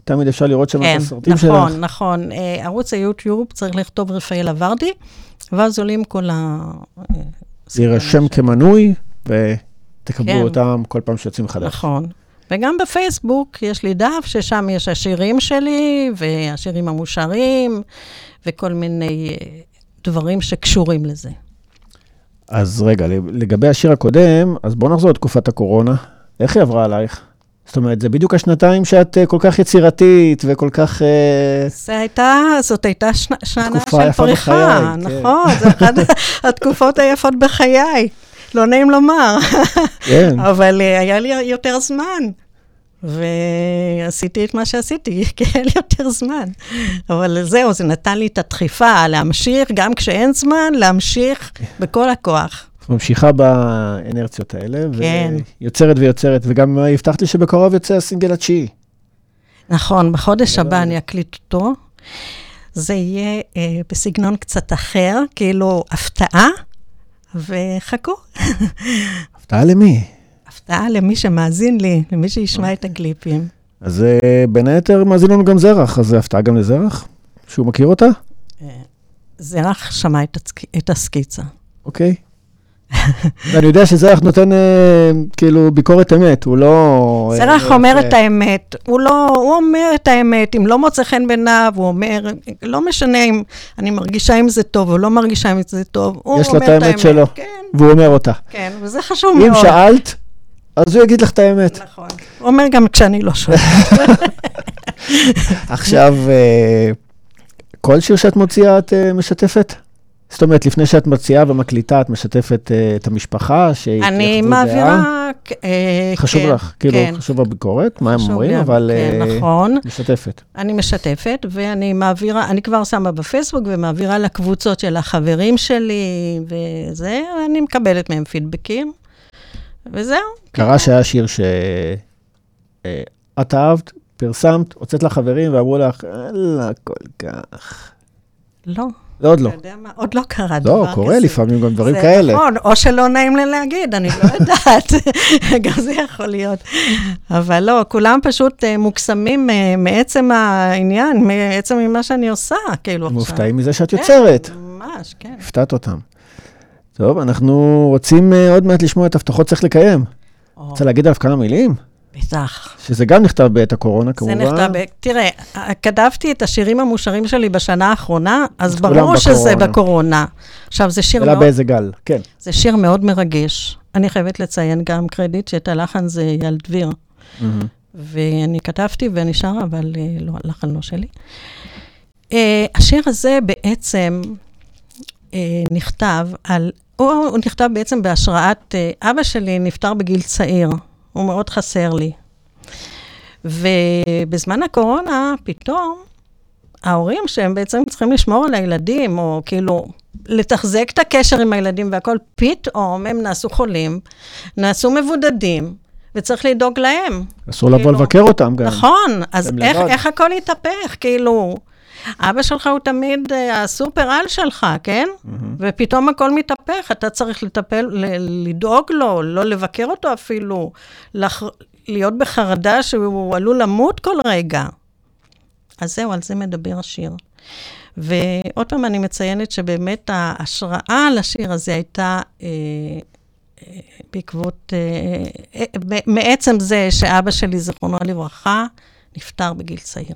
תמיד אפשר לראות שם את הסרטים שלך. נכון, נכון. ערוץ היוטיוב צריך לכתוב רפאל אברדי, ואז עולים כל זה יירשם כמנוי, ותקבלו אותם כל פעם שיוצאים חדש. נכון. וגם בפייסבוק יש לי דף, ששם יש השירים שלי, והשירים המושרים, וכל מיני דברים שקשורים לזה. אז רגע, לגבי השיר הקודם, אז בוא נחזור לתקופת הקורונה. איך היא עברה עלייך? זאת אומרת, זה בדיוק השנתיים שאת כל כך יצירתית וכל כך... זאת הייתה שנה של פריחה, נכון, זו אחת התקופות היפות בחיי, לא נעים לומר, אבל היה לי יותר זמן, ועשיתי את מה שעשיתי, כי היה לי יותר זמן, אבל זהו, זה נתן לי את הדחיפה, להמשיך, גם כשאין זמן, להמשיך בכל הכוח. ממשיכה באנרציות האלה, ויוצרת ויוצרת, וגם הבטחת לי שבקרוב יוצא הסינגל התשיעי. נכון, בחודש הבא אני אקליט אותו, זה יהיה בסגנון קצת אחר, כאילו הפתעה, וחכו. הפתעה למי? הפתעה למי שמאזין לי, למי שישמע את הקליפים. אז בין היתר מאזין לנו גם זרח, אז זה הפתעה גם לזרח? שהוא מכיר אותה? זרח שמע את הסקיצה. אוקיי. ואני יודע שזרח נותן כאילו ביקורת אמת, הוא לא... זרח אומר את האמת, הוא אומר את האמת, אם לא מוצא חן בעיניו, הוא אומר, לא משנה אם אני מרגישה אם זה טוב, או לא מרגישה אם זה טוב, הוא אומר את האמת. יש לו את האמת שלו, והוא אומר אותה. כן, וזה חשוב מאוד. אם שאלת, אז הוא יגיד לך את האמת. נכון. הוא אומר גם כשאני לא שואלת. עכשיו, כל שיר שאת מוציאה את משתפת? זאת אומרת, לפני שאת מציעה ומקליטה, את משתפת את המשפחה, אני מעבירה... חשוב לך, כאילו, חשוב הביקורת, מה הם אומרים, אבל משתפת. אני משתפת, ואני מעבירה, אני כבר שמה בפייסבוק, ומעבירה לקבוצות של החברים שלי, וזה, אני מקבלת מהם פידבקים, וזהו. קרה שהיה שיר שאת אהבת, פרסמת, הוצאת לחברים, ואמרו לך, לא כל כך. לא. לא, עוד לא. עוד לא קרה דבר כזה. לא, קורה לפעמים גם דברים כאלה. זה נכון, או שלא נעים לי להגיד, אני לא יודעת. גם זה יכול להיות. אבל לא, כולם פשוט מוקסמים מעצם העניין, מעצם ממה שאני עושה, כאילו עכשיו. מופתעים מזה שאת יוצרת. ממש, כן. הפתעת אותם. טוב, אנחנו רוצים עוד מעט לשמוע את הבטחות צריך לקיים. רוצה להגיד עליו כמה מילים? בטח. שזה גם נכתב בעת הקורונה, כמובן. זה נכתב, תראה, כתבתי את השירים המושרים שלי בשנה האחרונה, אז ברור שזה בקורונה. עכשיו, זה שיר מאוד... אלא באיזה גל, כן. זה שיר מאוד מרגש. אני חייבת לציין גם קרדיט, שאת הלחן זה יל דביר. ואני כתבתי ואני שרה, אבל לא, הלחן לא שלי. השיר הזה בעצם נכתב על... הוא נכתב בעצם בהשראת... אבא שלי נפטר בגיל צעיר. הוא מאוד חסר לי. ובזמן הקורונה, פתאום, ההורים שהם בעצם צריכים לשמור על הילדים, או כאילו, לתחזק את הקשר עם הילדים והכל, פתאום הם נעשו חולים, נעשו מבודדים, וצריך לדאוג להם. אסור לבוא לבקר אותם גם. נכון, אז איך הכל יתהפך? כאילו, אבא שלך הוא תמיד הסופר-על שלך, כן? ופתאום הכל מתהפך, אתה צריך לדאוג לו, לא לבקר אותו אפילו, להיות בחרדה שהוא עלול למות כל רגע. אז זהו, על זה מדבר השיר. ועוד פעם אני מציינת שבאמת ההשראה לשיר הזה הייתה בעקבות, מעצם זה שאבא שלי, זכרונו לברכה, נפטר בגיל צעיר.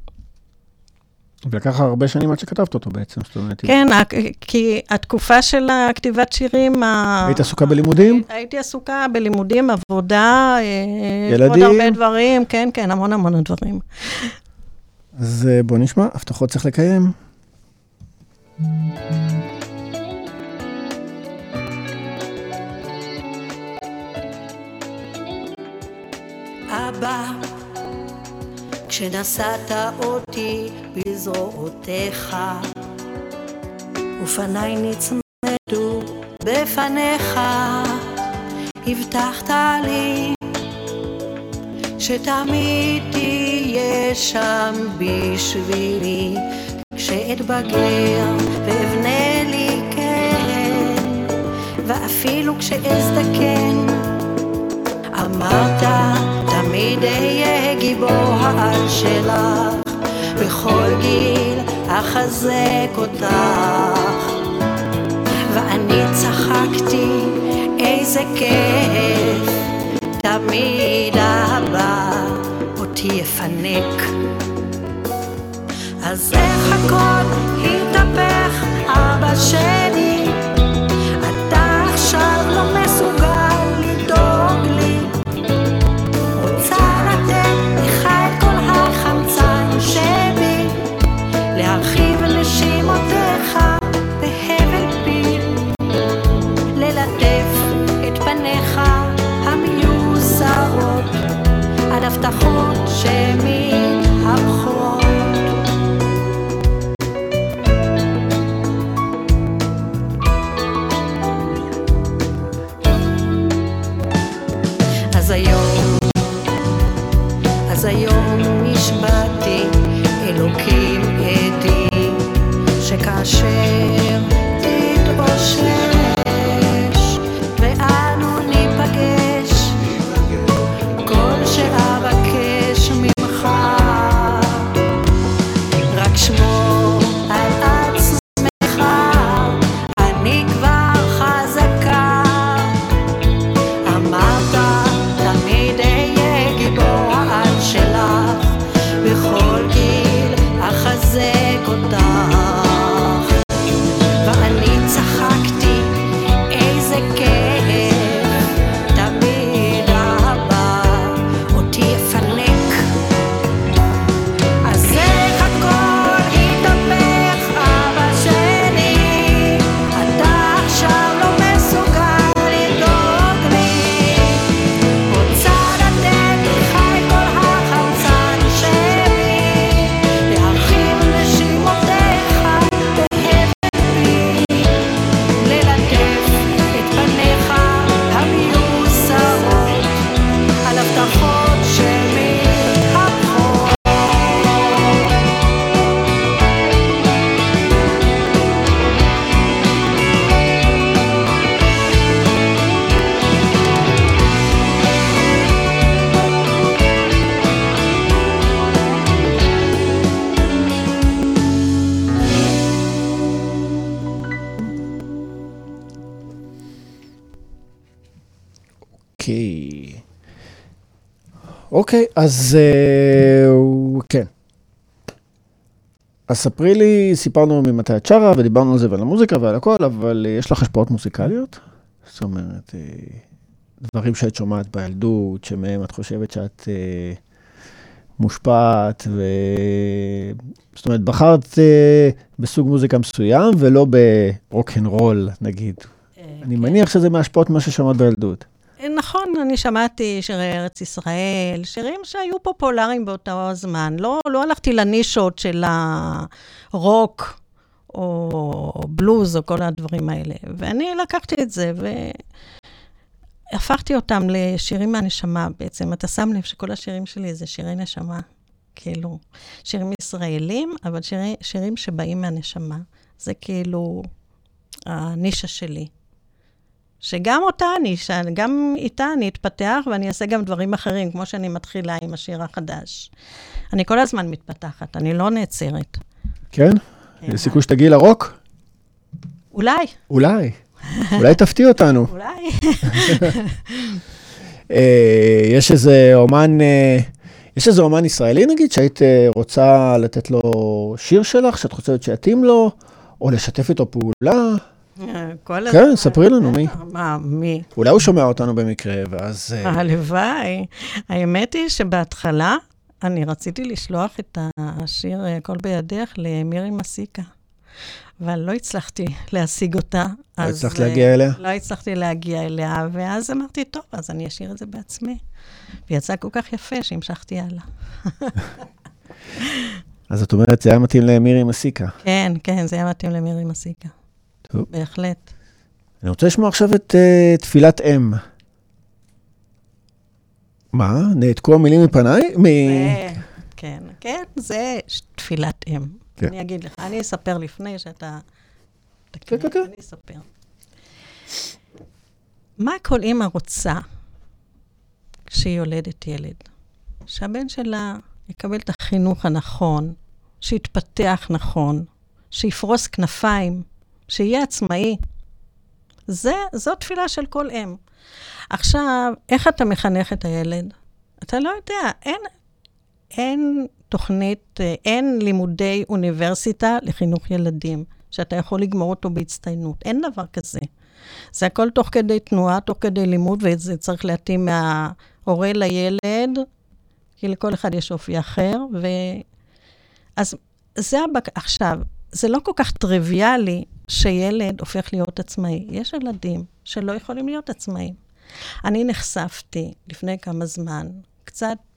ולקח הרבה שנים עד שכתבת אותו בעצם. כן, כי התקופה של הכתיבת שירים... היית עסוקה בלימודים? הייתי עסוקה בלימודים, עבודה, ילדים. עוד הרבה דברים, כן, כן, המון המון דברים. אז בוא נשמע, הבטחות צריך לקיים. אבא, כשנשאת אותי בזרועותיך, ופניי נצמדו בפניך, הבטחת לי שתמיד תהיה שם בשבילי, כשאתבגר ואבנה לי קרן, ואפילו כשאזדקן, אמרת תמיד אהיה גיבור העל שלך, בכל גיל אחזק אותך. ואני צחקתי, איזה כיף, תמיד הבא אותי יפנק. אז איך הכל התהפך, אבא שלי, אתה עכשיו לא מסוגל לדאוג לי. רוצה לתת לך את כל החמצן שבי, להרחיב נשימותיך בהבל פי, ללטף את פניך המיוסרות על הבטחות שמתהפכות. אז היום נשבעתי, אלוקים עדי, שכאשר תתאושש ואנו ניפגש, כל שאבקש ממך רק שמור על עצמך, אני כבר חזקה. אמרת תמיד אהיה גיבור העל שלך, בכל גיל אחזק אותך. ואני צחקתי, איזה כיף, תמיד הבא אותי יפנק. אז איך הכל התהפך, אבא שלי, אתה עכשיו לא מסוגל לדאוג לי. רוצה לתת לך את כל החמצן שבי, להרחיב נשימותיך בהבל פי, ללטף את פניך המיוסרות על הבטחות שמתהפכות. אוקיי, אז כן. אז ספרי לי, סיפרנו ממתי את שרה, ודיברנו על זה ועל המוזיקה ועל הכל, אבל יש לך השפעות מוזיקליות? זאת אומרת, דברים שאת שומעת בילדות, שמהם את חושבת שאת מושפעת, זאת אומרת, בחרת בסוג מוזיקה מסוים, ולא ברוק-אנד-רול, נגיד. אני מניח שזה מהשפעות מה ששמעת בילדות. נכון, אני שמעתי שירי ארץ ישראל, שירים שהיו פופולריים באותו הזמן. לא הלכתי לנישות של הרוק או בלוז או כל הדברים האלה. ואני לקחתי את זה והפכתי אותם לשירים מהנשמה בעצם. אתה שם לב שכל השירים שלי זה שירי נשמה. כאילו, שירים ישראלים, אבל שירים שבאים מהנשמה. זה כאילו הנישה שלי. שגם אותה נישה, גם איתה אני אתפתח, ואני אעשה גם דברים אחרים, כמו שאני מתחילה עם השיר החדש. אני כל הזמן מתפתחת, אני לא נעצרת. כן? יש סיכוי שתגיעי לרוק? אולי. אולי תפתיע אותנו. אולי. יש איזה אומן ישראלי, נגיד, שהיית רוצה לתת לו שיר שלך, שאת חושבת שיתאים לו, או לשתף איתו פעולה? כן, ספרי לנו, מי? מי? אולי הוא שומע אותנו במקרה, ואז... הלוואי. האמת היא שבהתחלה אני רציתי לשלוח את השיר "הכל בידך" למירי מסיקה, אבל לא הצלחתי להשיג אותה. לא הצלחת להגיע אליה? לא הצלחתי להגיע אליה, ואז אמרתי, טוב, אז אני אשאיר את זה בעצמי. ויצא כל כך יפה שהמשכתי הלאה. אז את אומרת, זה היה מתאים למירי מסיקה. כן, זה היה מתאים למירי מסיקה. טוב. בהחלט. אני רוצה לשמוע עכשיו את תפילת אם. מה? נעתקו המילים מפניי? כן, זה תפילת אם. כן. אני אגיד לך, אני אספר לפני שאתה... כן. אני אספר. מה כל אמא רוצה כשהיא יולדת ילד? שהבן שלה יקבל את החינוך הנכון, שיתפתח נכון, שיפרוס כנפיים, שיהיה עצמאי. זו תפילה של כל אם. עכשיו, איך אתה מחנך את הילד? אתה לא יודע, אין תוכנית, אין לימודי אוניברסיטה לחינוך ילדים, שאתה יכול לגמור אותו בהצטיינות. אין דבר כזה. זה הכל תוך כדי תנועה, תוך כדי לימוד, וזה צריך להתאים מההורה לילד, כי לכל אחד יש אופי אחר, אז עכשיו, זה לא כל כך טריוויאלי שילד הופך להיות עצמאי. יש ילדים שלא יכולים להיות עצמאים. אני נחשפתי לפני כמה זמן, קצת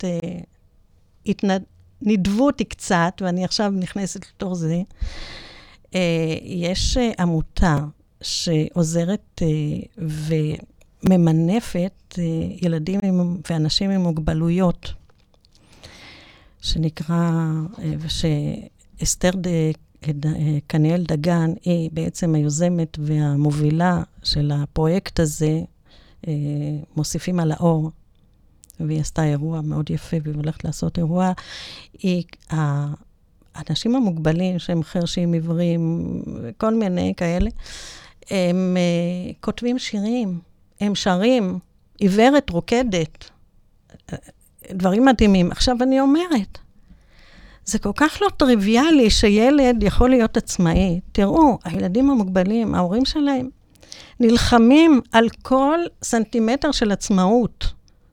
נדבו אותי קצת, ואני עכשיו נכנסת לתוך זה. יש עמותה שעוזרת וממנפת ילדים ואנשים עם מוגבלויות, שנקרא, ושאסתר קניאל דגן היא בעצם היוזמת והמובילה של הפרויקט הזה, מוסיפים על האור, והיא עשתה אירוע מאוד יפה, והיא הולכת לעשות אירוע. האנשים המוגבלים, שהם חרשים, עיוורים, כל מיני כאלה, הם כותבים שירים, הם שרים, עיוורת, רוקדת, דברים מדהימים. עכשיו אני אומרת, זה כל כך לא טריוויאלי שילד יכול להיות עצמאי. תראו, הילדים המוגבלים, ההורים שלהם, נלחמים על כל סנטימטר של עצמאות.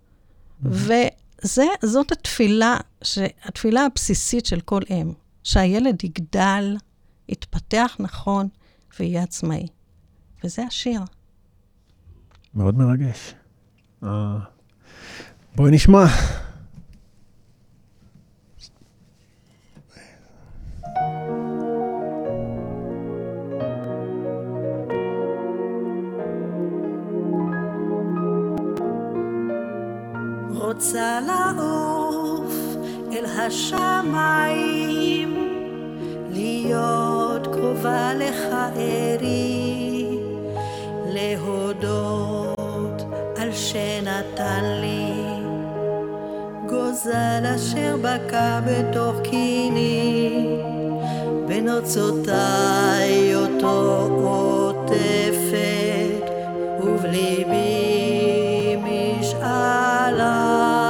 וזאת התפילה הבסיסית של כל אם, שהילד יגדל, יתפתח נכון, ויהיה עצמאי. וזה השיר. מאוד מרגש. בואי נשמע. רוצה לעוף אל השמיים, להיות קרובה לך ארי, להודות על שנתן לי, גוזל אשר בקע בתוך קיני, בנוצותיי אותו עוטפת, ובליבי משאלה,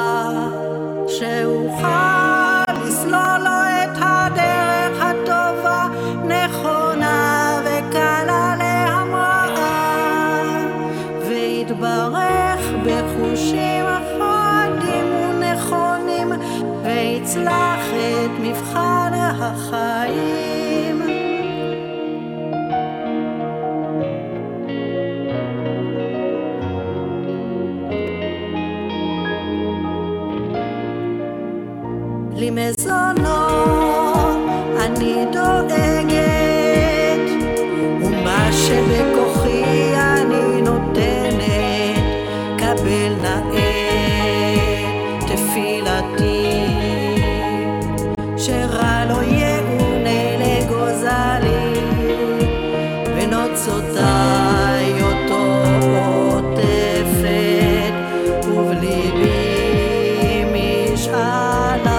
שאוכל לסלול לו את הדרך הטובה, נכונה וקלה להמראה, ויתברך בחושים אחדים ונכונים, ויצלח את מבחן החיים. לי מזונו, אני דואגת, ומה שבכוחי אני נותנת, קבל נאה תפילתי, שרע לא יאונה לגוזלי, בנוצותיי אותו עוטפת, ובליבי משאלה,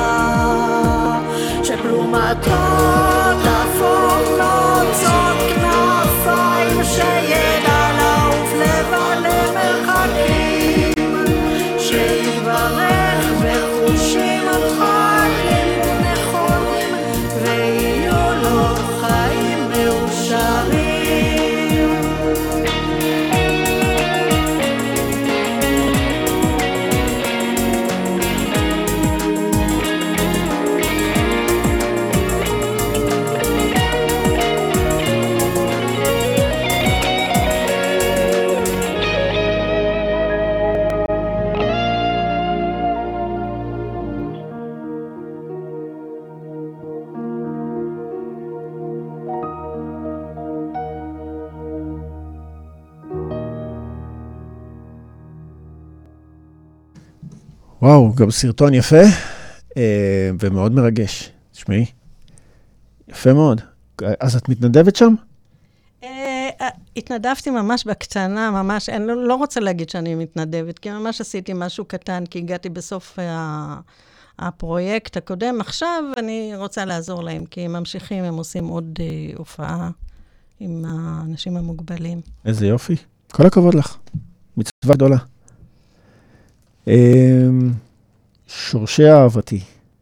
שפלומתו תהפוך נוצות כנפיים, שידע לעוף לבד למרחקים, שיברך בחושים אחדים ונכונים, ויהיו לו חיים מאושרים. וואו, גם סרטון יפה ומאוד מרגש. תשמעי, יפה מאוד. אז את מתנדבת שם? התנדבתי ממש בקטנה, ממש, אני לא רוצה להגיד שאני מתנדבת, כי ממש עשיתי משהו קטן, כי הגעתי בסוף הפרויקט הקודם. עכשיו אני רוצה לעזור להם, כי הם ממשיכים, הם עושים עוד הופעה עם האנשים המוגבלים. איזה יופי. כל הכבוד לך. מצווה גדולה. שורשי אהבתי.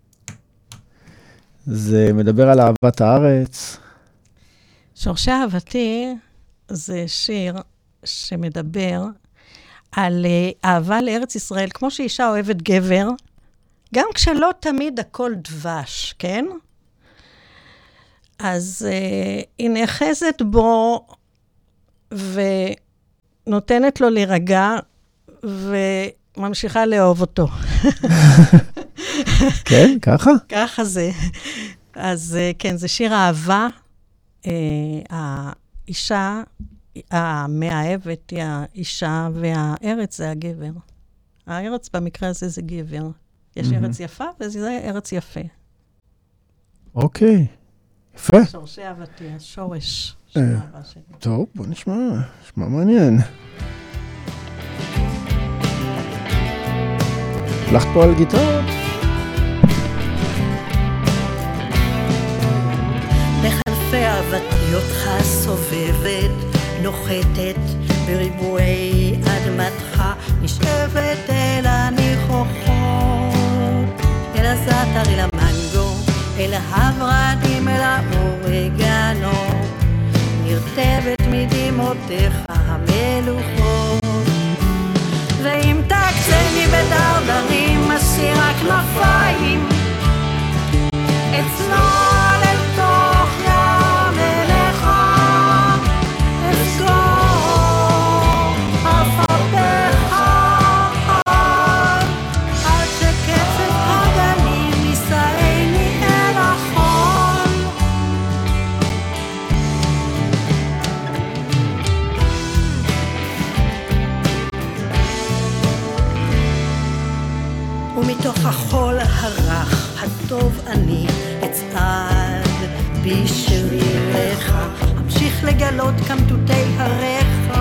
זה מדבר על אהבת הארץ. שורשי אהבתי זה שיר שמדבר על אהבה לארץ ישראל, כמו שאישה אוהבת גבר, גם כשלא תמיד הכל דבש, כן? אז היא נאחזת בו ונותנת לו להירגע וממשיכה לאהוב אותו. כן, ככה? ככה זה. אז כן, זה שיר אהבה. האישה המאהבת היא האישה, והארץ זה הגבר. הארץ במקרה הזה זה גבר. יש ארץ יפה, וזה ארץ יפה. אוקיי, יפה. שורשי אהבתי, השורש של האהבה שלי. טוב, בוא נשמע, נשמע מעניין. הלכת פה על גיטרות? בחלפי אהבתי אותך סובבת, נוחתת בריבועי אדמתך, נשאבת אל הניחוחות, אל הזאטר, אל המנגו, אל הוורדים, אל האורגנו, נרטבת מדמעותיך המלוכות. ואם תקצני בדרדרים, אסיר הכנפיים, אצלול אל תוך ים אליך, אסגור עפרתך, עד שקצב הגלים יישאני אל החול. ומתוך החול הרך הטוב אני אצעד בשבירך, אמשיך לגלות כמתותי הריך,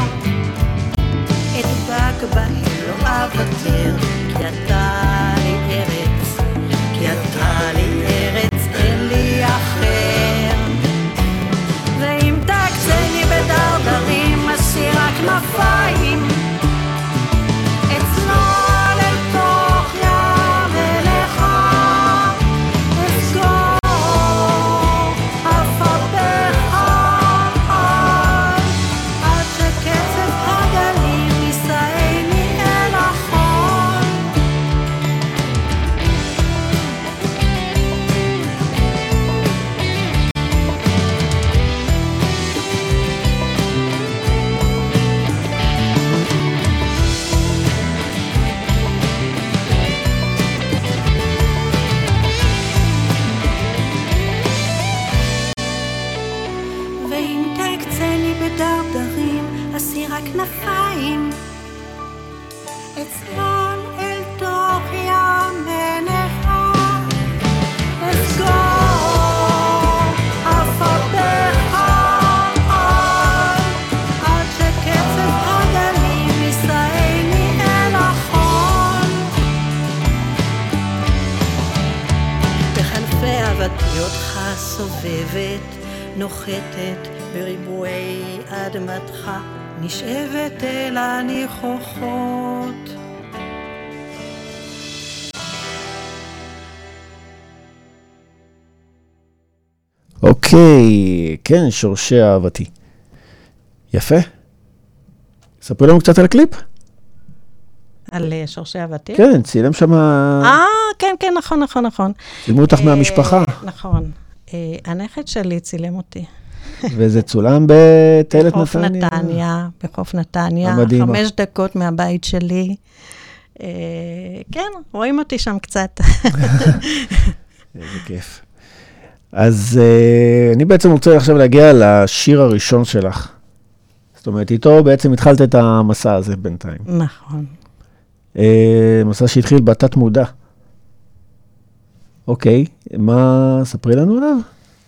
אדבק בהם לא אוותר, כי אתה לי ארץ, כי אתה לי ארץ, אין לי אחר. ואם תקצני בדרדרים, אסיר הכנפיים, אצלול אל תוך ים אליך, אסגור עפרתך, עד שקצב הגלים יישאני אל החול. ואם תקצני בדרדרים, אסיר הכנפיים, אצלול אל תוך ים אליך, אסגור עפרתך, עד שקצב הגלים יישאני אל החול. בחלפי אהבתי אותך סובבת, נוחתת בריבועי אדמתך, נשאבת אל הניחוחות. אוקיי, כן, שורשי אהבתי. יפה. ספרי לנו קצת על הקליפ. על שורשי אהבתי? כן, צילם שם... כן, כן, נכון, נכון, נכון. צילמו אותך מהמשפחה. נכון. הנכד שלי צילם אותי. וזה צולם בטיילת בחוף נתניה. נתניה, בחוף נתניה. המדהימה. 5 דקות מהבית שלי. כן, רואים אותי שם קצת. איזה כיף. אז אני בעצם רוצה עכשיו להגיע לשיר הראשון שלך. זאת אומרת, איתו בעצם התחלת את המסע הזה בינתיים. נכון. מסע שהתחיל בתת מודע. אוקיי, מה, ספרי לנו עליו?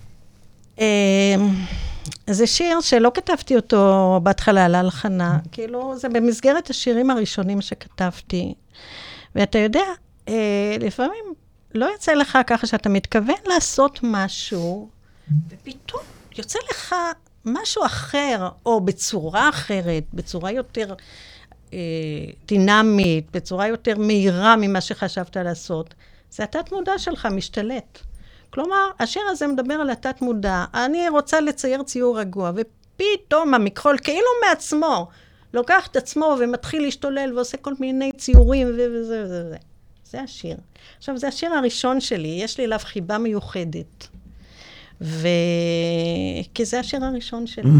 זה שיר שלא כתבתי אותו בהתחלה על הלחנה, כאילו זה במסגרת השירים הראשונים שכתבתי. ואתה יודע, לפעמים לא יוצא לך ככה שאתה מתכוון לעשות משהו, ופתאום יוצא לך משהו אחר, או בצורה אחרת, בצורה יותר דינמית, בצורה יותר מהירה ממה שחשבת לעשות. זה התת מודע שלך משתלט. כלומר, השיר הזה מדבר על התת מודע. אני רוצה לצייר ציור רגוע, ופתאום המכחול, כאילו מעצמו, לוקח את עצמו ומתחיל להשתולל ועושה כל מיני ציורים וזה וזה. זה השיר. עכשיו, זה השיר הראשון שלי, יש לי אליו חיבה מיוחדת. כי זה השיר הראשון שלי.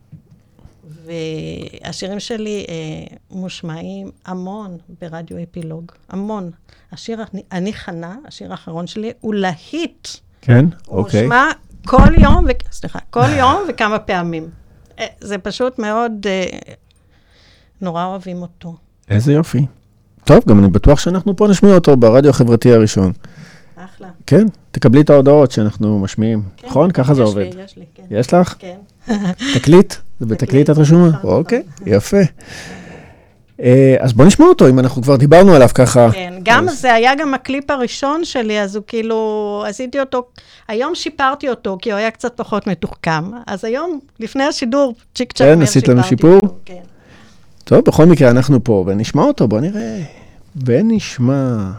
והשירים שלי מושמעים המון ברדיו אפילוג, המון. השיר אני חנה, השיר האחרון שלי, הוא להיט. כן, אוקיי. מושמע כל יום, כל יום וכמה פעמים. זה פשוט מאוד, נורא אוהבים אותו. איזה יופי. טוב, גם אני בטוח שאנחנו פה נשמיע אותו ברדיו החברתי הראשון. אחלה. כן, תקבלי את ההודעות שאנחנו משמיעים. נכון? ככה זה עובד. יש לי, כן. יש לך? כן. תקליט? זה בתקליט את רשומה? אוקיי, יפה. אז בוא נשמע אותו, אם אנחנו כבר דיברנו עליו ככה. כן, גם זה היה גם הקליפ הראשון שלי, אז הוא כאילו, עשיתי אותו, היום שיפרתי אותו, כי הוא היה קצת פחות מתוחכם. אז היום, לפני השידור, צ'יק צ'ק כן, עשית לנו שיפור? כן. טוב, בכל מקרה אנחנו פה, ונשמע אותו, בוא נראה. ונשמע.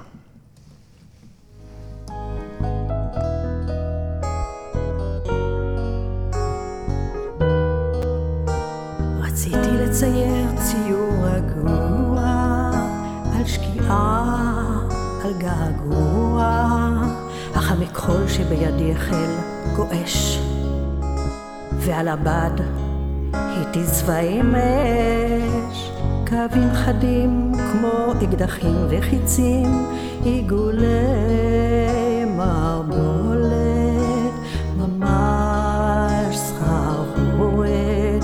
רציתי לצייר ציור רגוע, על שקיעה, על געגוע, אך המכחול שבידי החל גועש, ועל הבד הייתי צבעים אש, קווים חדים כמו אקדחים וחיצים, עיגולי מערבולת, ממש סחרחורת,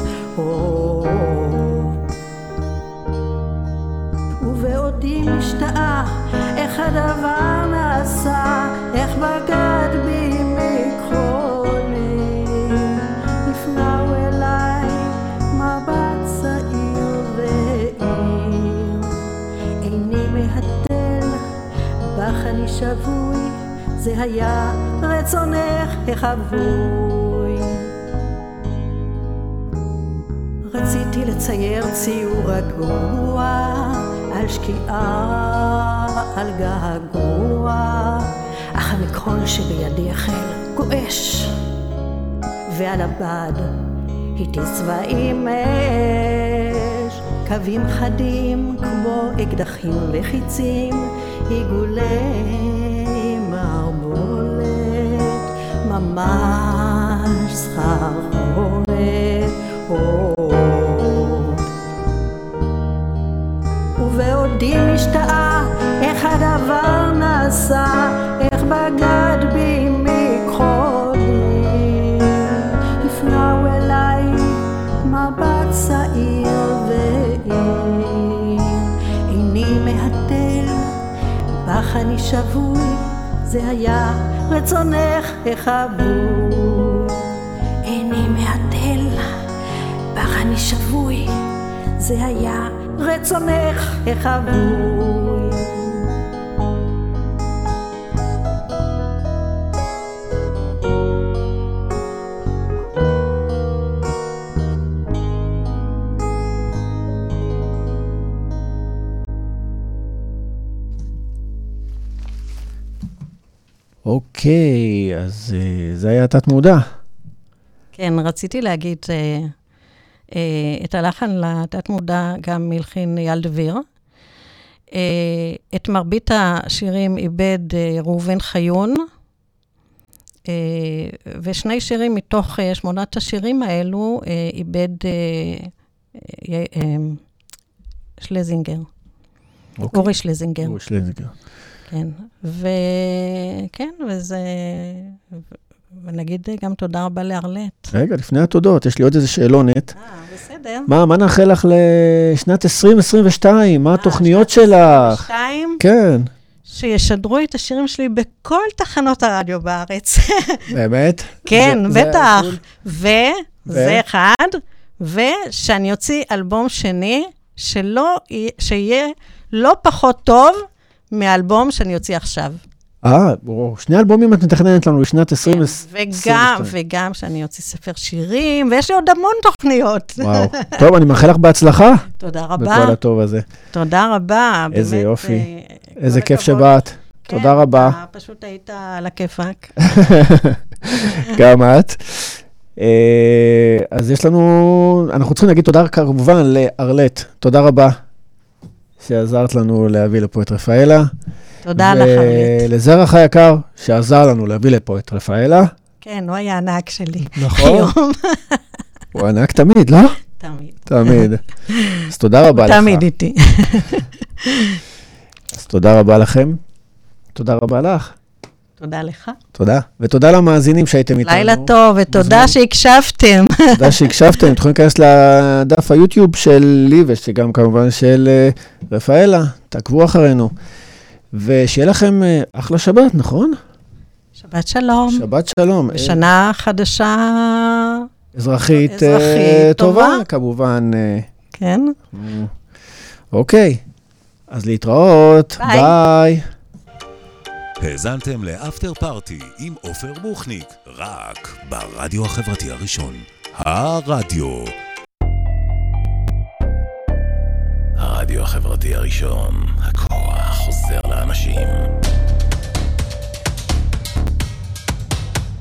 ובעודי משתאה איך הדבר נעשה, איך בגד בי מכחולי, נפנעו אליי מבט צעיר ועיר, איני מהתל בך אני שבוי, זה היה רצונך החבוי. רציתי לצייר ציור רגוע, על שקיעה, על געגוע, אך המכחול שבידי החל גועש, ועל הבד הייתי צבעים אש, קווים חדים כמו אקדחים וחיצים, עיגולי מערבולת, ממש סחרחורת, ובעודי משתאה איך הדבר נעשה, איך בגד בי מכחולי, הפנעו אליי מבט צעיר ועיר, איני מהתל בך אני שבוי, זה היה רצונך החבוי. איני מהתל בך אני שבוי, זה היה רצונך החבוי. אוקיי, אז זה היה תת מודע. כן, רציתי להגיד, את הלחן לתת מודע גם מלחין אייל דביר. את מרבית השירים איבד ראובן חיון, ושני שירים מתוך 8 השירים האלו איבד שלזינגר. אורי שלזינגר. אורי שלזינגר. כן, וכן, וזה... ונגיד גם תודה רבה לארלט. רגע, לפני התודות, יש לי עוד איזה שאלונת. בסדר. מה נאחל לך לשנת 2022? מה התוכניות שלך? 2022? כן. שישדרו את השירים שלי בכל תחנות הרדיו בארץ. באמת? כן, בטח. וזה אחד, ושאני אוציא אלבום שני, שיהיה לא פחות טוב, מהאלבום שאני אוציא עכשיו. שני אלבומים את מתכננת לנו לשנת 2022. וגם שאני אוציא ספר שירים, ויש לי עוד המון תוכניות. וואו. טוב, אני מאחל לך בהצלחה. תודה רבה. בכל הטוב הזה. תודה רבה. איזה יופי. איזה כיף שבאת. תודה רבה. פשוט היית על הכיפק. גם את. אז יש לנו, אנחנו צריכים להגיד תודה כמובן לארלט. תודה רבה שעזרת לנו להביא לפה את רפאלה. תודה לך, ארלט. ולזרח היקר שעזר לנו להביא לפה את רפאלה. כן, הוא היה ענק שלי. נכון. הוא ענק תמיד, לא? תמיד. אז תודה רבה לך. תמיד איתי. אז תודה רבה לכם. תודה רבה לך. תודה לך. תודה. ותודה למאזינים שהייתם איתנו. לילה טוב, ותודה שהקשבתם. תודה שהקשבתם. תוכלו להיכנס לדף היוטיוב של לי, ושגם כמובן של רפאלה. תעקבו אחרינו. ושיהיה לכם אחלה שבת, נכון? שבת שלום. שבת שלום. ושנה חדשה... אזרחית טובה, כמובן. כן. אוקיי. אז להתראות. ביי. האזנתם לאפטר פארטי עם עופר בוכניק, רק ברדיו החברתי הראשון. הרדיו החברתי הראשון, הכוח חוזר לאנשים.